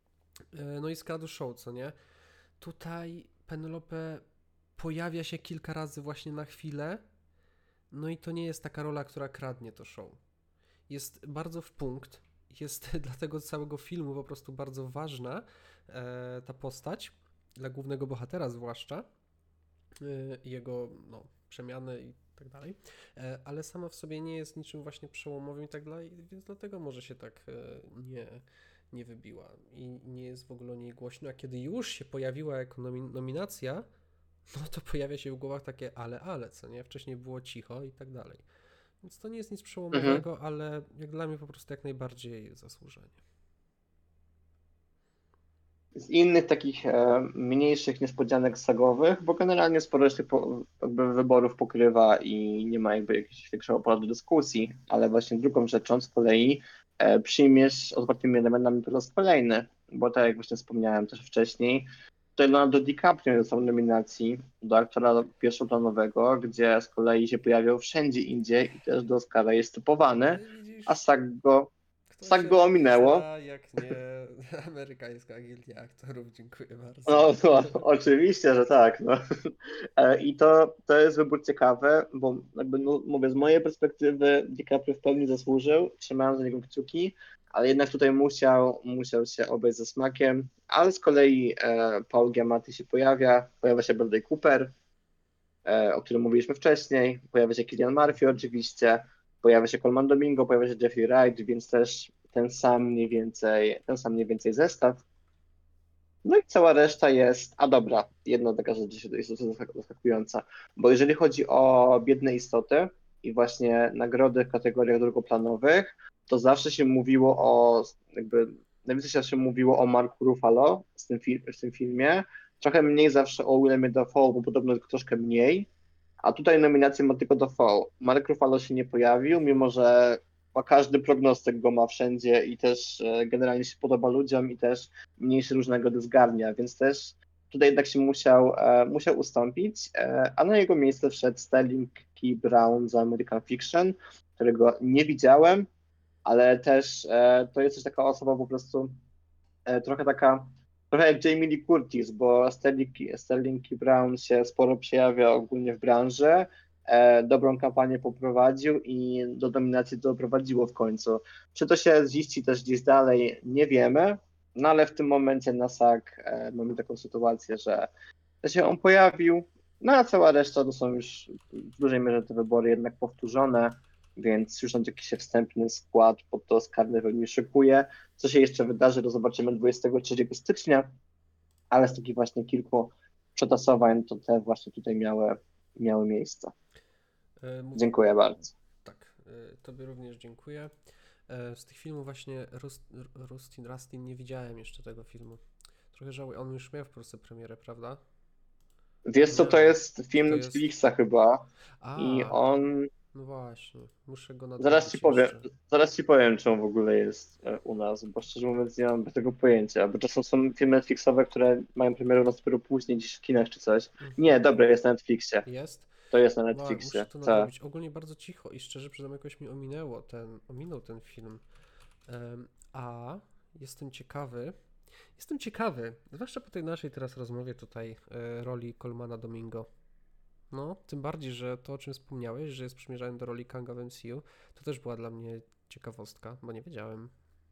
e, no i skradł show, co nie? Tutaj Penelope pojawia się kilka razy właśnie na chwilę, no i to nie jest taka rola, która kradnie to show. Jest bardzo w punkt, jest dla tego całego filmu po prostu bardzo ważna e, ta postać, dla głównego bohatera zwłaszcza, e, jego no, przemiany i tak dalej, e, ale sama w sobie nie jest niczym właśnie przełomowym i tak dalej, więc dlatego może się tak e, nie, nie wybiła i nie jest w ogóle o niej głośno, a kiedy już się pojawiła jako nomi- nominacja, no to pojawia się w głowach takie ale, ale, co nie? Wcześniej było cicho i tak dalej. Więc to nie jest nic Mhm. przełomowego, ale jak dla mnie po prostu jak najbardziej zasłużenie. Z innych takich e, mniejszych niespodzianek sagowych, bo generalnie sporo jeszcze po, jakby wyborów pokrywa i nie ma jakby jakiegoś większego pola do dyskusji, ale właśnie drugą rzeczą z kolei e, przyjmiesz z otwartymi ramionami po raz kolejny, bo tak jak właśnie wspomniałem też wcześniej, to Leonardo DiCaprio dostał nominacji do aktora pierwszoplanowego, gdzie z kolei się pojawiał wszędzie indziej i też do Oscara jest typowany, No i a widzisz, SAG go, kto SAG się go lepiej ominęło. zna, jak nie amerykańska gildia aktorów. Dziękuję bardzo. No, no, oczywiście, że tak. No. E, I to, to jest wybór ciekawy, bo jakby, no, mówię, z mojej perspektywy DiCaprio w pełni zasłużył, trzymałem za niego kciuki, ale jednak tutaj musiał, musiał się obejść ze smakiem, ale z kolei e, Paul Giamatti się pojawia, pojawia się Bradley Cooper, e, o którym mówiliśmy wcześniej, pojawia się Cillian Murphy oczywiście, pojawia się Colman Domingo, pojawia się Jeffrey Wright, więc też ten sam mniej więcej, ten sam mniej więcej zestaw. No i cała reszta jest. A dobra, jedna taka rzecz jest dosyć zaskakująca, bo jeżeli chodzi o biedne istoty i właśnie nagrody w kategoriach drugoplanowych, to zawsze się mówiło o, jakby, najwięcej się mówiło o Marku Ruffalo w tym, fil- w tym filmie, trochę mniej zawsze o Williamie Dafoe, bo podobno troszkę mniej, a tutaj nominację ma tylko Dafoe. Mark Ruffalo się nie pojawił, mimo że ma każdy prognostyk go ma wszędzie i też e, generalnie się podoba ludziom i też mniejszy różnego zgarnia, więc też tutaj jednak się musiał, e, musiał ustąpić, e, a na jego miejsce wszedł Sterling K. Brown za American Fiction, którego nie widziałem, ale też e, to jest też taka osoba po prostu e, trochę taka, trochę jak Jamie Lee Curtis, bo Sterling, Sterling K. Brown się sporo przejawia ogólnie w branży, e, dobrą kampanię poprowadził i do dominacji doprowadziło w końcu. Czy to się ziści też gdzieś dalej, nie wiemy, no ale w tym momencie na SAG e, mamy taką sytuację, że się on pojawił, no a cała reszta to są już w dużej mierze te wybory jednak powtórzone, więc już tam jakiś wstępny skład pod to Oscarny pewnie szykuje. Co się jeszcze wydarzy, to zobaczymy dwudziestego trzeciego stycznia, ale z takich właśnie kilku przetasowań to te właśnie tutaj miały, miały miejsce. E, Mów... Dziękuję bardzo. Tak, e, tobie również dziękuję. E, Z tych filmów właśnie Rust... Rustin, Rustin nie widziałem jeszcze tego filmu. Trochę żałuję, on już miał w Polsce premierę, prawda? Wiesz co, to Miał. jest film To jest... Netflixa chyba i A, on, no właśnie, muszę go zaraz ci nadrobić powiem, jeszcze. zaraz ci powiem, czy on w ogóle jest e, u nas, bo szczerze mówiąc nie mam tego pojęcia, bo czasem są filmy Netflixowe, które mają premierę u nas dopiero później, gdzieś w kinach czy coś. Nie, Mhm. dobra, jest na Netflixie. Jest? To jest na Wa- Muszę Netflixie, to tak. nadrobić. Ogólnie bardzo cicho i szczerze przyznam, jakoś mi ominęło ten, ominął ten film. Em, a jestem ciekawy, jestem ciekawy, zwłaszcza po tej naszej teraz rozmowie tutaj e, roli Colmana Domingo. No, tym bardziej, że to, o czym wspomniałeś, że jest przymierzany do roli Kanga w M C U, to też była dla mnie ciekawostka, bo nie wiedziałem.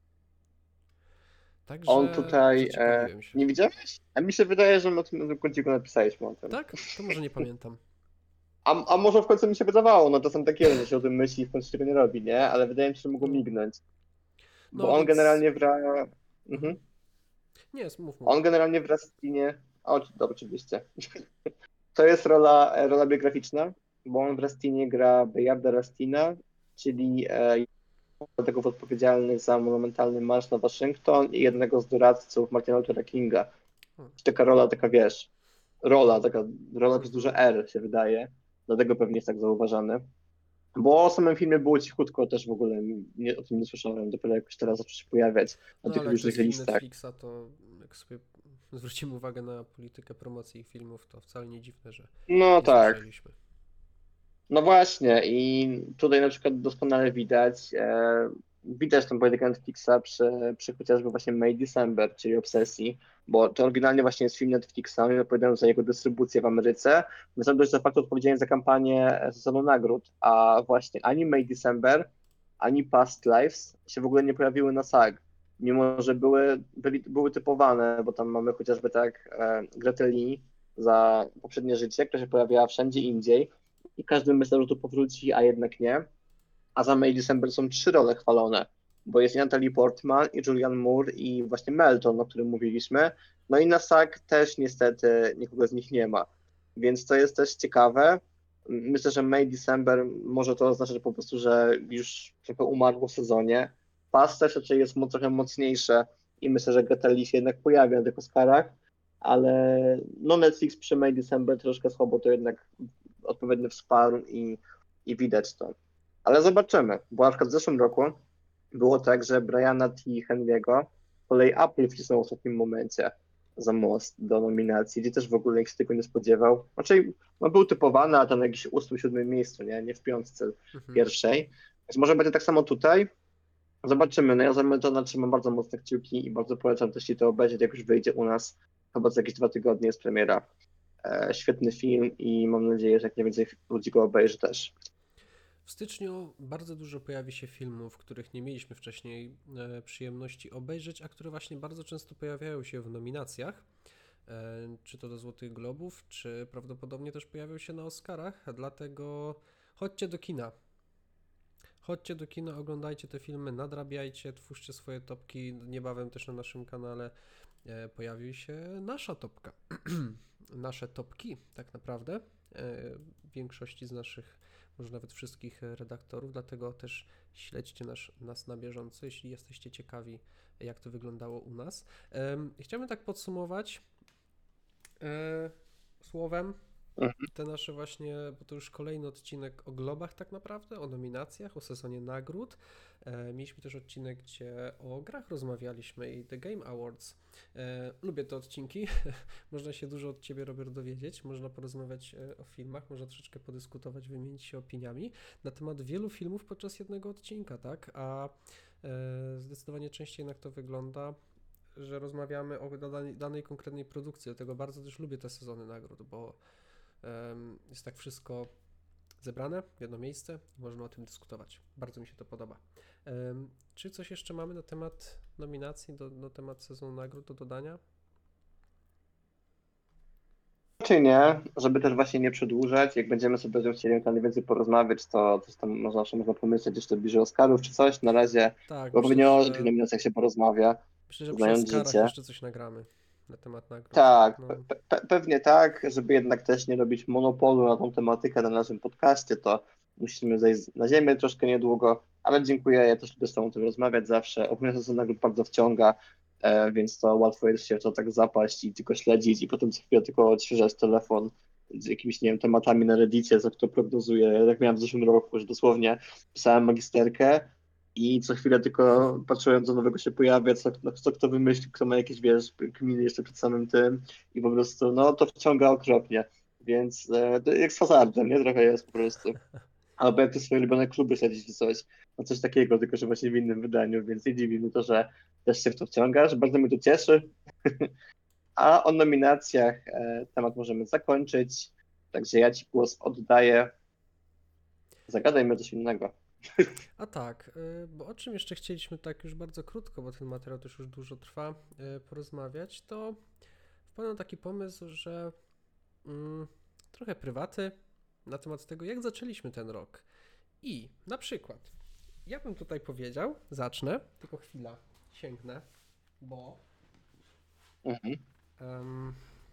On Także tutaj, e, zaciekawiłem się. nie widziałeś? A mi się wydaje, że my o tym w końcu napisaliśmy o tym. Tak? To może nie pamiętam. A, a może w końcu mi się wydawało, no czasem tak jest, że się o tym myśli i w końcu tego nie robi, nie? Ale wydaje mi się, że mogło No, mignąć. Bo no on więc... generalnie gra... Mhm. Mhm. Nie, mów, mów. On generalnie w Rastinie... O, dobra, oczywiście. To jest rola, rola biograficzna, bo on w Rastinie gra Bayarda Rastina, czyli e, tego odpowiedzialny za monumentalny marsz na Waszyngton i jednego z doradców Martina Luthera Kinga. Hmm. Taka rola, taka wiesz, rola, taka rola przez duże Mhm. R się wydaje, dlatego pewnie jest tak zauważany. Bo o samym filmie było cichutko, też w ogóle nie, o tym nie słyszałem, dopiero jakoś teraz zaczął się pojawiać na No tych ale jak to różnych jest film listach. Netflixa, to jak sobie zwrócimy uwagę na politykę promocji ich filmów, to wcale nie dziwne, że No nie tak. słyszeliśmy. No właśnie i tutaj na przykład doskonale widać, e, widać tą politykę Netflixa przy, przy chociażby właśnie May December, czyli Obsesji, bo to oryginalnie właśnie jest film Netflixa, oni odpowiadają za jego dystrybucję w Ameryce, są dość de facto odpowiedzialni za kampanię sezonu nagród, a właśnie ani May December, ani Past Lives się w ogóle nie pojawiły na SAG, mimo że były, byli, były typowane, bo tam mamy chociażby tak e, Gretę Lee za poprzednie życie, która się pojawiała wszędzie indziej, i każdy myślał, że tu powróci, a jednak nie. A za May December są trzy role chwalone, bo jest i Natalie Portman, i Julianne Moore, i właśnie Melton, o którym mówiliśmy. No i na SAG też niestety nikogo z nich nie ma. Więc to jest też ciekawe. Myślę, że May, December może to oznaczać po prostu, że już trochę umarło w sezonie. Fast też raczej jest mo- trochę mocniejsze i myślę, że Gattelli się jednak pojawia na tych Oscarach, ale no Netflix przy May, December troszkę słabo to jednak odpowiednio wsparł i, i widać to. Ale zobaczymy, bo na przykład w zeszłym roku było tak, że Briana T. Henry'ego z kolei Apple wcisnął w ostatnim momencie za Most do nominacji, gdzie też w ogóle nikt się tego nie spodziewał. Znaczy, no był typowany, a tam na jakimś ósmym, siódmym miejscu, nie? Nie w piątce Mhm. pierwszej. Więc może będzie tak samo tutaj. Zobaczymy. No ja za to trzymam bardzo mocne kciuki i bardzo polecam też Ci to obejrzeć, jak już wyjdzie u nas. Chyba za jakieś dwa tygodnie jest premiera. E, świetny film i mam nadzieję, że jak najwięcej ludzi go obejrzy też. W styczniu bardzo dużo pojawi się filmów, których nie mieliśmy wcześniej e, przyjemności obejrzeć, a które właśnie bardzo często pojawiają się w nominacjach, e, czy to do Złotych Globów, czy prawdopodobnie też pojawią się na Oscarach, dlatego chodźcie do kina. Chodźcie do kina, oglądajcie te filmy, nadrabiajcie, twórzcie swoje topki. Niebawem też na naszym kanale e, pojawi się nasza topka. Nasze topki, tak naprawdę. E, większości z naszych, może nawet wszystkich redaktorów, dlatego też śledźcie nas, nas na bieżąco, jeśli jesteście ciekawi, jak to wyglądało u nas. E, chciałbym tak podsumować e, słowem te nasze właśnie, bo to już kolejny odcinek o globach tak naprawdę, o nominacjach, o sezonie nagród. E, mieliśmy też odcinek, gdzie o grach rozmawialiśmy i The Game Awards. E, lubię te odcinki, można się dużo od Ciebie, Robert, dowiedzieć, można porozmawiać e, o filmach, można troszeczkę podyskutować, wymienić się opiniami na temat wielu filmów podczas jednego odcinka, tak? A e, zdecydowanie częściej jednak to wygląda, że rozmawiamy o danej, danej konkretnej produkcji, dlatego bardzo też lubię te sezony nagród, bo jest tak wszystko zebrane w jedno miejsce i możemy o tym dyskutować. Bardzo mi się to podoba. Czy coś jeszcze mamy na temat nominacji, do, na temat sezonu nagród do dodania? Czy nie, żeby też właśnie nie przedłużać, jak będziemy sobie z nią chcieli tam więcej porozmawiać, to coś tam może zawsze można pomyśleć jeszcze bliżej Oscarów czy coś. Na razie Tak, bo myślę, pewnie o tych że nominacjach się porozmawia, myślę, że przy znając Oscarach życie. jeszcze coś nagramy na temat nagród. Tak, No, pe pe pewnie tak, żeby jednak też nie robić monopolu na tą tematykę na naszym podcaście, to musimy zejść na ziemię troszkę niedługo, ale dziękuję, ja też lubię z Tobą o tym rozmawiać zawsze. Ogólnie to nagród bardzo wciąga, e, więc to łatwo jest się w to tak zapaść i tylko śledzić i potem co chwilę tylko odświeżać telefon z jakimiś, nie wiem, tematami na Reddicie, za kto prognozuje. Jak miałem w zeszłym roku, że dosłownie pisałem magisterkę, i co chwilę tylko patrzyłem, co nowego się pojawia, co, no, co kto wymyślił, kto ma jakieś, wiesz, kminy jeszcze przed samym tym i po prostu, no, to wciąga okropnie. Więc e, to jak z hazardem, nie? Trochę jest po prostu. Albo jak te swoje ulubione kluby śledzić czy coś. No coś takiego, tylko że właśnie w innym wydaniu, więc nie dziwi mnie to, że też się w to wciągasz. Bardzo mnie to cieszy. A o nominacjach e, temat możemy zakończyć. Także ja Ci głos oddaję. Zagadajmy coś innego. a tak, y, bo o czym jeszcze chcieliśmy tak już bardzo krótko, bo ten materiał też już dużo trwa, y, porozmawiać, to wpadł na taki pomysł, że mm, trochę prywaty na temat tego, jak zaczęliśmy ten rok. I na przykład, ja bym tutaj powiedział, zacznę, tylko chwila, sięgnę, bo Mhm. em,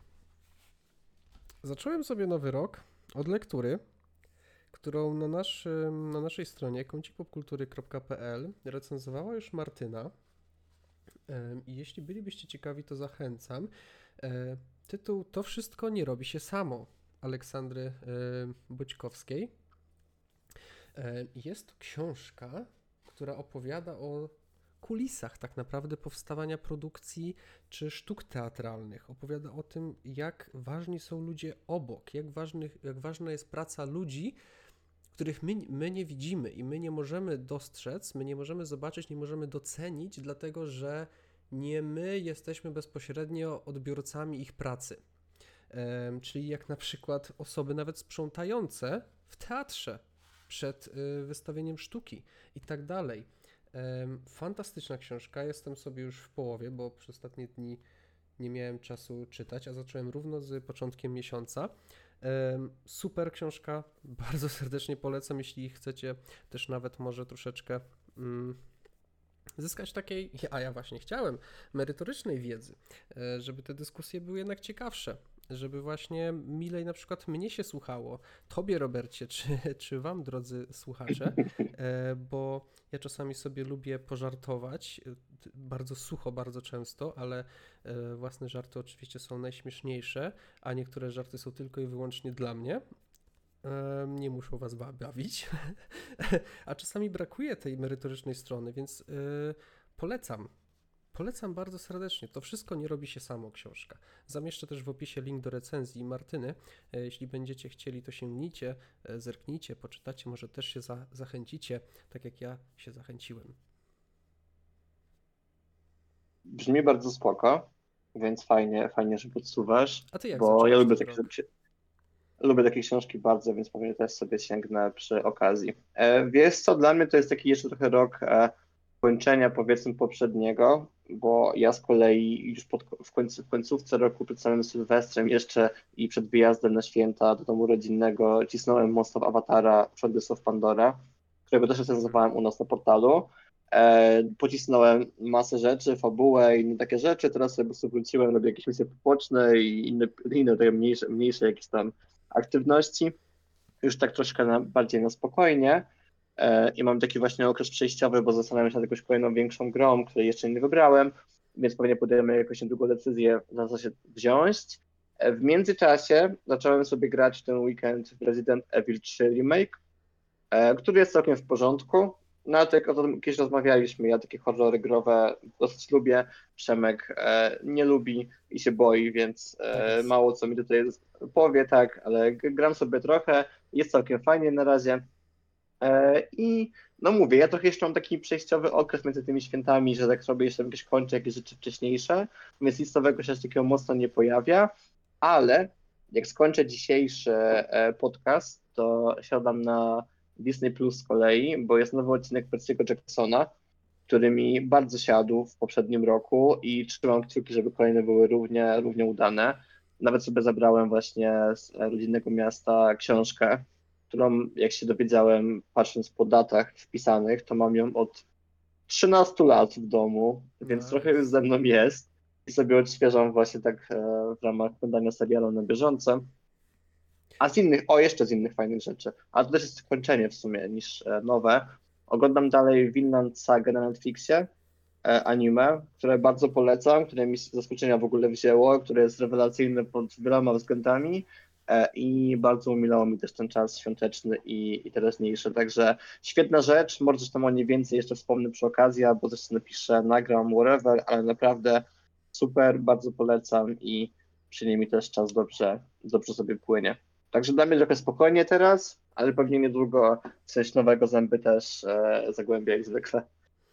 zacząłem sobie nowy rok od lektury, którą na, naszym, na naszej stronie kącikpopkultury kropka p l recenzowała już Martyna. Em, I jeśli bylibyście ciekawi, to zachęcam. E, Tytuł To wszystko nie robi się samo Aleksandry e, Boćkowskiej. E, Jest to książka, która opowiada o kulisach tak naprawdę powstawania produkcji czy sztuk teatralnych. Opowiada o tym, jak ważni są ludzie obok, jak, ważny, jak ważna jest praca ludzi, których my, my nie widzimy i my nie możemy dostrzec, my nie możemy zobaczyć, nie możemy docenić, dlatego że nie my jesteśmy bezpośrednio odbiorcami ich pracy. Em, czyli jak na przykład osoby nawet sprzątające w teatrze przed y, wystawieniem sztuki i tak dalej. Em, fantastyczna książka, jestem sobie już w połowie, bo przez ostatnie dni nie miałem czasu czytać, a zacząłem równo z początkiem miesiąca. Em, Super książka, bardzo serdecznie polecam, jeśli chcecie też nawet może troszeczkę mm, zyskać takiej, a ja właśnie chciałem, merytorycznej wiedzy, e, żeby te dyskusje były jednak ciekawsze. żeby właśnie milej na przykład mnie się słuchało, tobie Robercie, czy, czy wam drodzy słuchacze, e, bo ja czasami sobie lubię pożartować, e, t- bardzo sucho, bardzo często, ale e, własne żarty oczywiście są najśmieszniejsze, a niektóre żarty są tylko i wyłącznie dla mnie. E, Nie muszą was ba- bawić, a czasami brakuje tej merytorycznej strony, więc e, polecam. Polecam bardzo serdecznie. To wszystko nie robi się samo, książka. Zamieszczę też w opisie link do recenzji Martyny. E, Jeśli będziecie chcieli, to sięgnijcie, e, zerknijcie, poczytacie, może też się za, zachęcicie, tak jak ja się zachęciłem. Brzmi bardzo spoko, więc fajnie, fajnie, że podsuwasz, A ty jak bo ja zacząłeś lubię ten takie, rok? lubię takie książki bardzo, więc pewnie też sobie sięgnę przy okazji. E, wiesz co, dla mnie to jest taki jeszcze trochę rok e, kończenia powiedzmy poprzedniego, bo ja z kolei już pod, w, końcu, w końcówce roku przed samym Sylwestrem jeszcze i przed wyjazdem na święta do domu rodzinnego cisnąłem mocno w Awatara Frontiers of Pandora, którego też Mhm. recenzowałem u nas na portalu. E, pocisnąłem masę rzeczy, fabułę i inne takie rzeczy, teraz sobie po prostu wróciłem, robię jakieś misje poboczne i inne, inne takie mniejsze, mniejsze jakieś tam aktywności, już tak troszkę na, bardziej na spokojnie e, i mam taki właśnie okres przejściowy, bo zastanawiam się nad jakąś kolejną większą grą, której jeszcze nie wybrałem, więc pewnie podejmę jakąś niedługą decyzję, na co się wziąć. E, w międzyczasie zacząłem sobie grać w ten weekend w Resident Evil trzy Remake, e, który jest całkiem w porządku. No ale tak jak o tym kiedyś rozmawialiśmy, ja takie horrory growe dosyć lubię. Przemek e, nie lubi i się boi, więc Tak e, jest. mało co mi tutaj powie, tak, ale g- gram sobie trochę, jest całkiem fajnie na razie. E, I no mówię, ja trochę jeszcze mam taki przejściowy okres między tymi świętami, że tak sobie jeszcze jakieś kończę jakieś rzeczy wcześniejsze, więc nic nowego się aż takiego mocno nie pojawia, ale jak skończę dzisiejszy e, podcast, to siadam na Disney Plus z kolei, bo jest nowy odcinek Percy'ego Jacksona, który mi bardzo siadł w poprzednim roku i trzymam kciuki, żeby kolejne były równie, równie udane. Nawet sobie zabrałem właśnie z rodzinnego miasta książkę, którą, jak się dowiedziałem, patrząc po datach wpisanych, to mam ją od trzynastu lat w domu, więc trochę już Nice. ze mną jest i sobie odświeżam właśnie tak e, w ramach oglądania serialu na bieżąco. A z innych, o jeszcze z innych fajnych rzeczy, a to też jest kończenie w sumie niż e, nowe. Oglądam dalej Vinland Saga na Netflixie, e, anime, które bardzo polecam, które mi z zaskoczenia w ogóle wzięło, które jest rewelacyjne pod wieloma względami e, i bardzo umilało mi też ten czas świąteczny i, i teraźniejszy. Także świetna rzecz, może coś tam o niej więcej jeszcze wspomnę przy okazji, albo też napiszę, nagram, whatever, ale naprawdę super, bardzo polecam i przy niej mi też czas dobrze, dobrze sobie płynie. Także dla mnie trochę spokojnie teraz, ale pewnie niedługo coś nowego zęby też e, zagłębia jak zwykle.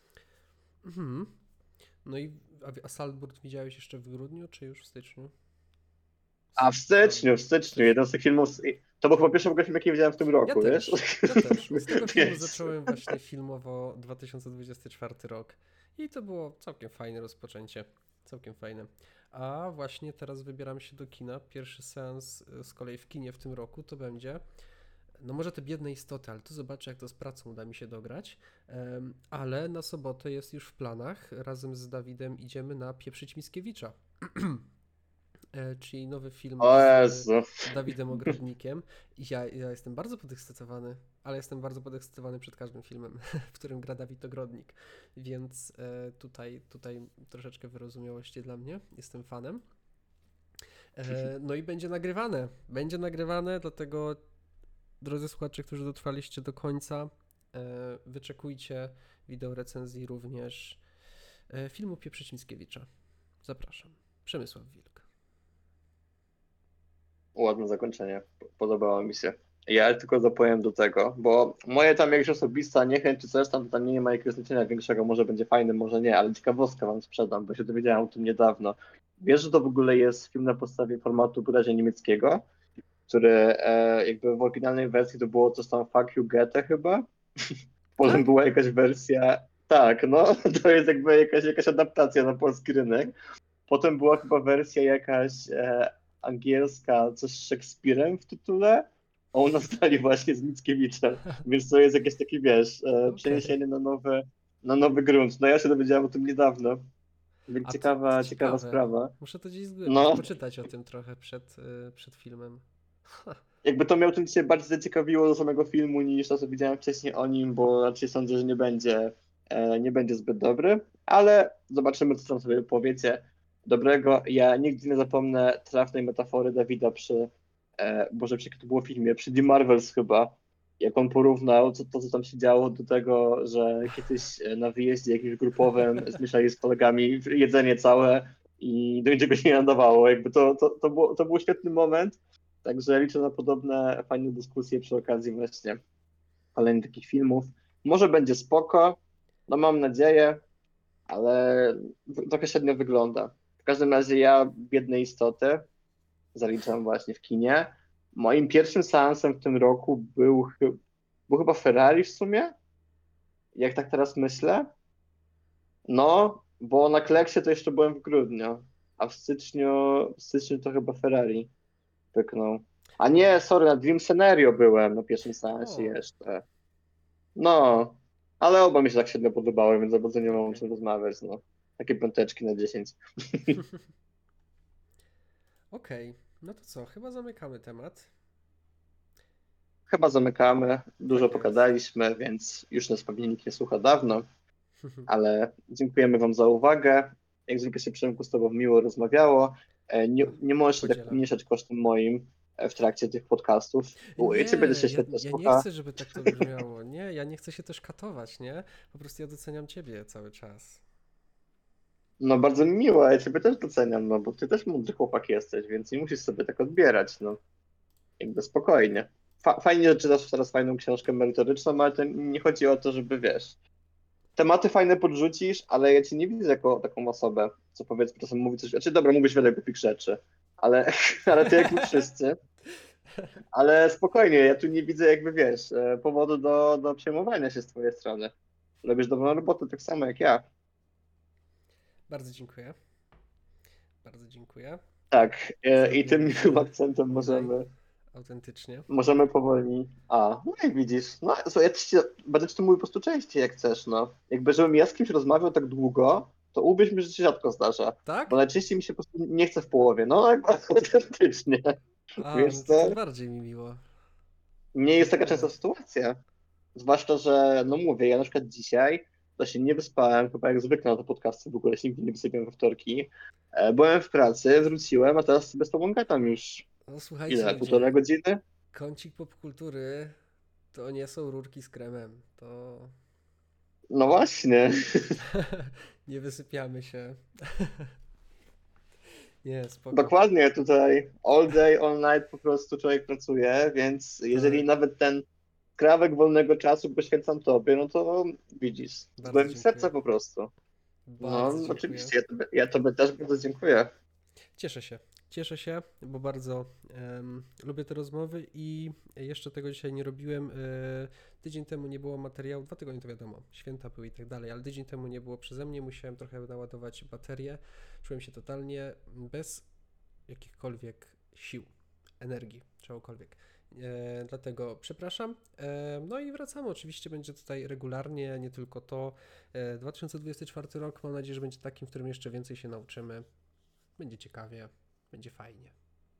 Mhm. No i a, a Salzburg widziałeś jeszcze w grudniu, czy już w styczniu? A w S- styczniu, w Salzburg, w styczniu, jeden styczniu. z tych filmów, z- to był chyba pierwszy w ogóle film, jaki widziałem w tym Ja roku, wiesz? też, ja też. Od tego filmu Więc zacząłem właśnie filmowo dwa tysiące dwudziesty czwarty rok i to było całkiem fajne rozpoczęcie, całkiem fajne. A właśnie teraz wybieram się do kina. Pierwszy seans y, z kolei w kinie w tym roku to będzie, no może te biedne istoty, ale to zobaczę jak to z pracą uda mi się dograć. Em, ale na sobotę jest już w planach. Razem z Dawidem idziemy na Pieprzyć Mickiewicza. E, czyli nowy film o z Jezu. Dawidem Ogrodnikiem. I ja, ja jestem bardzo podekscytowany, ale jestem bardzo podekscytowany przed każdym filmem, w którym gra Dawid Ogrodnik. Więc e, tutaj, tutaj troszeczkę wyrozumiałości dla mnie. Jestem fanem. E, no i będzie nagrywane. Będzie nagrywane, dlatego drodzy słuchacze, którzy dotrwaliście do końca, e, wyczekujcie wideo recenzji również e, filmu Pieprzyć Mickiewicza. Zapraszam. Przemysław Wilk. Ładne zakończenie, podobało mi się. Ja tylko zapowiem do tego, bo moje tam jakieś osobista niechęć czy coś tam, to tam nie ma jakiegoś znaczenia większego, może będzie fajny, może nie, ale ciekawostkę wam sprzedam, bo się dowiedziałem o tym niedawno. Wiesz, że to w ogóle jest film na podstawie formatu wyraźnie niemieckiego, który e, jakby w oryginalnej wersji to było coś tam Fuck You Goethe chyba, potem Tak? była jakaś wersja, tak, no, to jest jakby jakaś, jakaś adaptacja na polski rynek. Potem była chyba wersja jakaś e, angielska, coś z Szekspirem w tytule, a u nas dali właśnie z Mickiewiczem, więc to jest jakieś takie, wiesz, e, Okej. przeniesienie na nowy, na nowy grunt. No ja się dowiedziałem o tym niedawno, Więc A to, ciekawa, to ciekawa ciekawe. sprawa. Muszę to gdzieś zgłębić, No, poczytać o tym trochę przed, y, przed filmem. Ha, jakby to mnie autentycznie bardziej zaciekawiło do samego filmu niż to, co widziałem wcześniej o nim, bo raczej sądzę, że nie będzie, e, nie będzie zbyt dobry, ale zobaczymy, co tam sobie powiecie dobrego. Ja nigdy nie zapomnę trafnej metafory Dawida przy, e, Boże, przy jakim to było filmie, przy The Marvels chyba, jak on porównał to, to, co tam się działo do tego, że kiedyś e, na wyjeździe jakimś grupowym zmieszali z kolegami jedzenie całe i do niczego się nie nadawało. Jakby to, to, to, było, to był świetny moment. Także liczę na podobne fajne dyskusje przy okazji właśnie kolejnych takich filmów. Może będzie spoko, no mam nadzieję, ale w- trochę średnio wygląda. W każdym razie ja Biedne Istoty zaliczam właśnie w kinie. Moim pierwszym seansem w tym roku był, chy- był chyba Ferrari w sumie, jak tak teraz myślę. No, bo na Kleksie to jeszcze byłem w grudniu, a w styczniu, w styczniu to chyba Ferrari pyknął. A nie, sorry, na Dream Scenario byłem na pierwszym seansie o, jeszcze. No, ale oba mi się tak średnio podobały, więc za bardzo nie mam o okej. czym rozmawiać, no. Takie piąteczki na dziesięć. Okej, no to co, chyba zamykamy temat. Chyba zamykamy, dużo Tak jest. pogadaliśmy, więc już nas pewnie nikt nie słucha dawno, ale dziękujemy Wam za uwagę. Jak zwykle się Przemku z Tobą miło rozmawiało. E, Nie, No, nie możesz się tak podzielam. mieszać kosztem moim e, w trakcie tych podcastów, bo ja Ciebie też Nie, się ja, świetnie ja nie słucha. chcę, żeby tak to brzmiało. Nie, ja nie chcę się też katować, nie? Po prostu ja doceniam ciebie cały czas. No bardzo mi miło, ja Ciebie też doceniam, no bo Ty też mądry chłopak jesteś, więc nie musisz sobie tak odbierać, no. Jakby spokojnie. Fa- fajnie, że czytasz teraz fajną książkę merytoryczną, ale to nie chodzi o to, żeby, wiesz, tematy fajne podrzucisz, ale ja Cię nie widzę jako taką osobę, co powiedzmy czasem mówi coś, znaczy dobra, mówisz wiele głupich rzeczy, ale, ale Ty jak my wszyscy, ale spokojnie, ja tu nie widzę jakby, wiesz, e, powodu do, do przejmowania się z Twojej strony. Robisz dobrą robotę, tak samo jak ja. Bardzo dziękuję. Bardzo dziękuję. Tak, e, i tym miłym Zrobiliśmy akcentem milej, możemy autentycznie. Możemy powoli. A, no jak widzisz. No, słuchaj, ja ci, będę ci to mówił po prostu częściej, jak chcesz, no. Jakby, żebym ja z kimś rozmawiał tak długo, to uwierz mi, że się rzadko zdarza. Bo Tak? najczęściej mi się po prostu nie chce w połowie. No, jakby autentycznie. A, Wiesz no to tym co? bardziej mi miło. Nie jest taka częsta Dziękuję. sytuacja. Zwłaszcza, że, no mówię, ja na przykład dzisiaj to się nie wyspałem, chyba jak zwykle na te podcasty, w ogóle się nigdy nie wysypiam we wtorki. E, Byłem w pracy, wróciłem, a teraz sobie z tobą gadam już. No słuchajcie Ile? ludzie, Półtora godziny? kącik popkultury to nie są rurki z kremem. To No właśnie. nie wysypiamy się. Nie, spoko. Dokładnie, tutaj all day, all night po prostu człowiek pracuje, więc jeżeli Tak, nawet ten skrawek wolnego czasu poświęcam tobie, no to widzisz, z bardzo głębi serca dziękuję. po prostu. No, Bardzo dziękuję. oczywiście, ja tobie, ja tobie też bardzo dziękuję. Cieszę się. Cieszę się, bo bardzo em, lubię te rozmowy i jeszcze tego dzisiaj nie robiłem. E, tydzień temu nie było materiału, dwa tygodnie to wiadomo, święta były i tak dalej, ale tydzień temu nie było przeze mnie, musiałem trochę naładować baterię. Czułem się totalnie bez jakichkolwiek sił, energii, czegokolwiek. E, dlatego przepraszam. E, no i wracamy. Oczywiście będzie tutaj regularnie, nie tylko to. E, dwa tysiące dwudziesty czwarty rok, mam nadzieję, że będzie takim, w którym jeszcze więcej się nauczymy. Będzie ciekawie, będzie fajnie.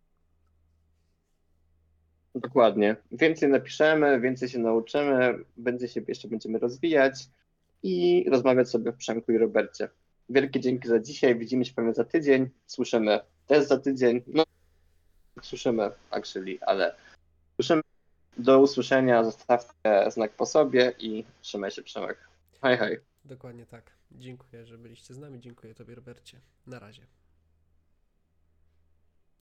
Dokładnie. Więcej napiszemy, więcej się nauczymy, więcej się jeszcze będziemy rozwijać i rozmawiać sobie w Przemku i Robercie. Wielkie dzięki za dzisiaj, widzimy się pewnie za tydzień, słyszymy też za tydzień, no słyszymy actually, ale słyszymy. Do usłyszenia, zostawcie znak po sobie i trzymaj się, Przemek. Hej, hej. Dokładnie tak. Dziękuję, że byliście z nami. Dziękuję Tobie, Robercie. Na razie.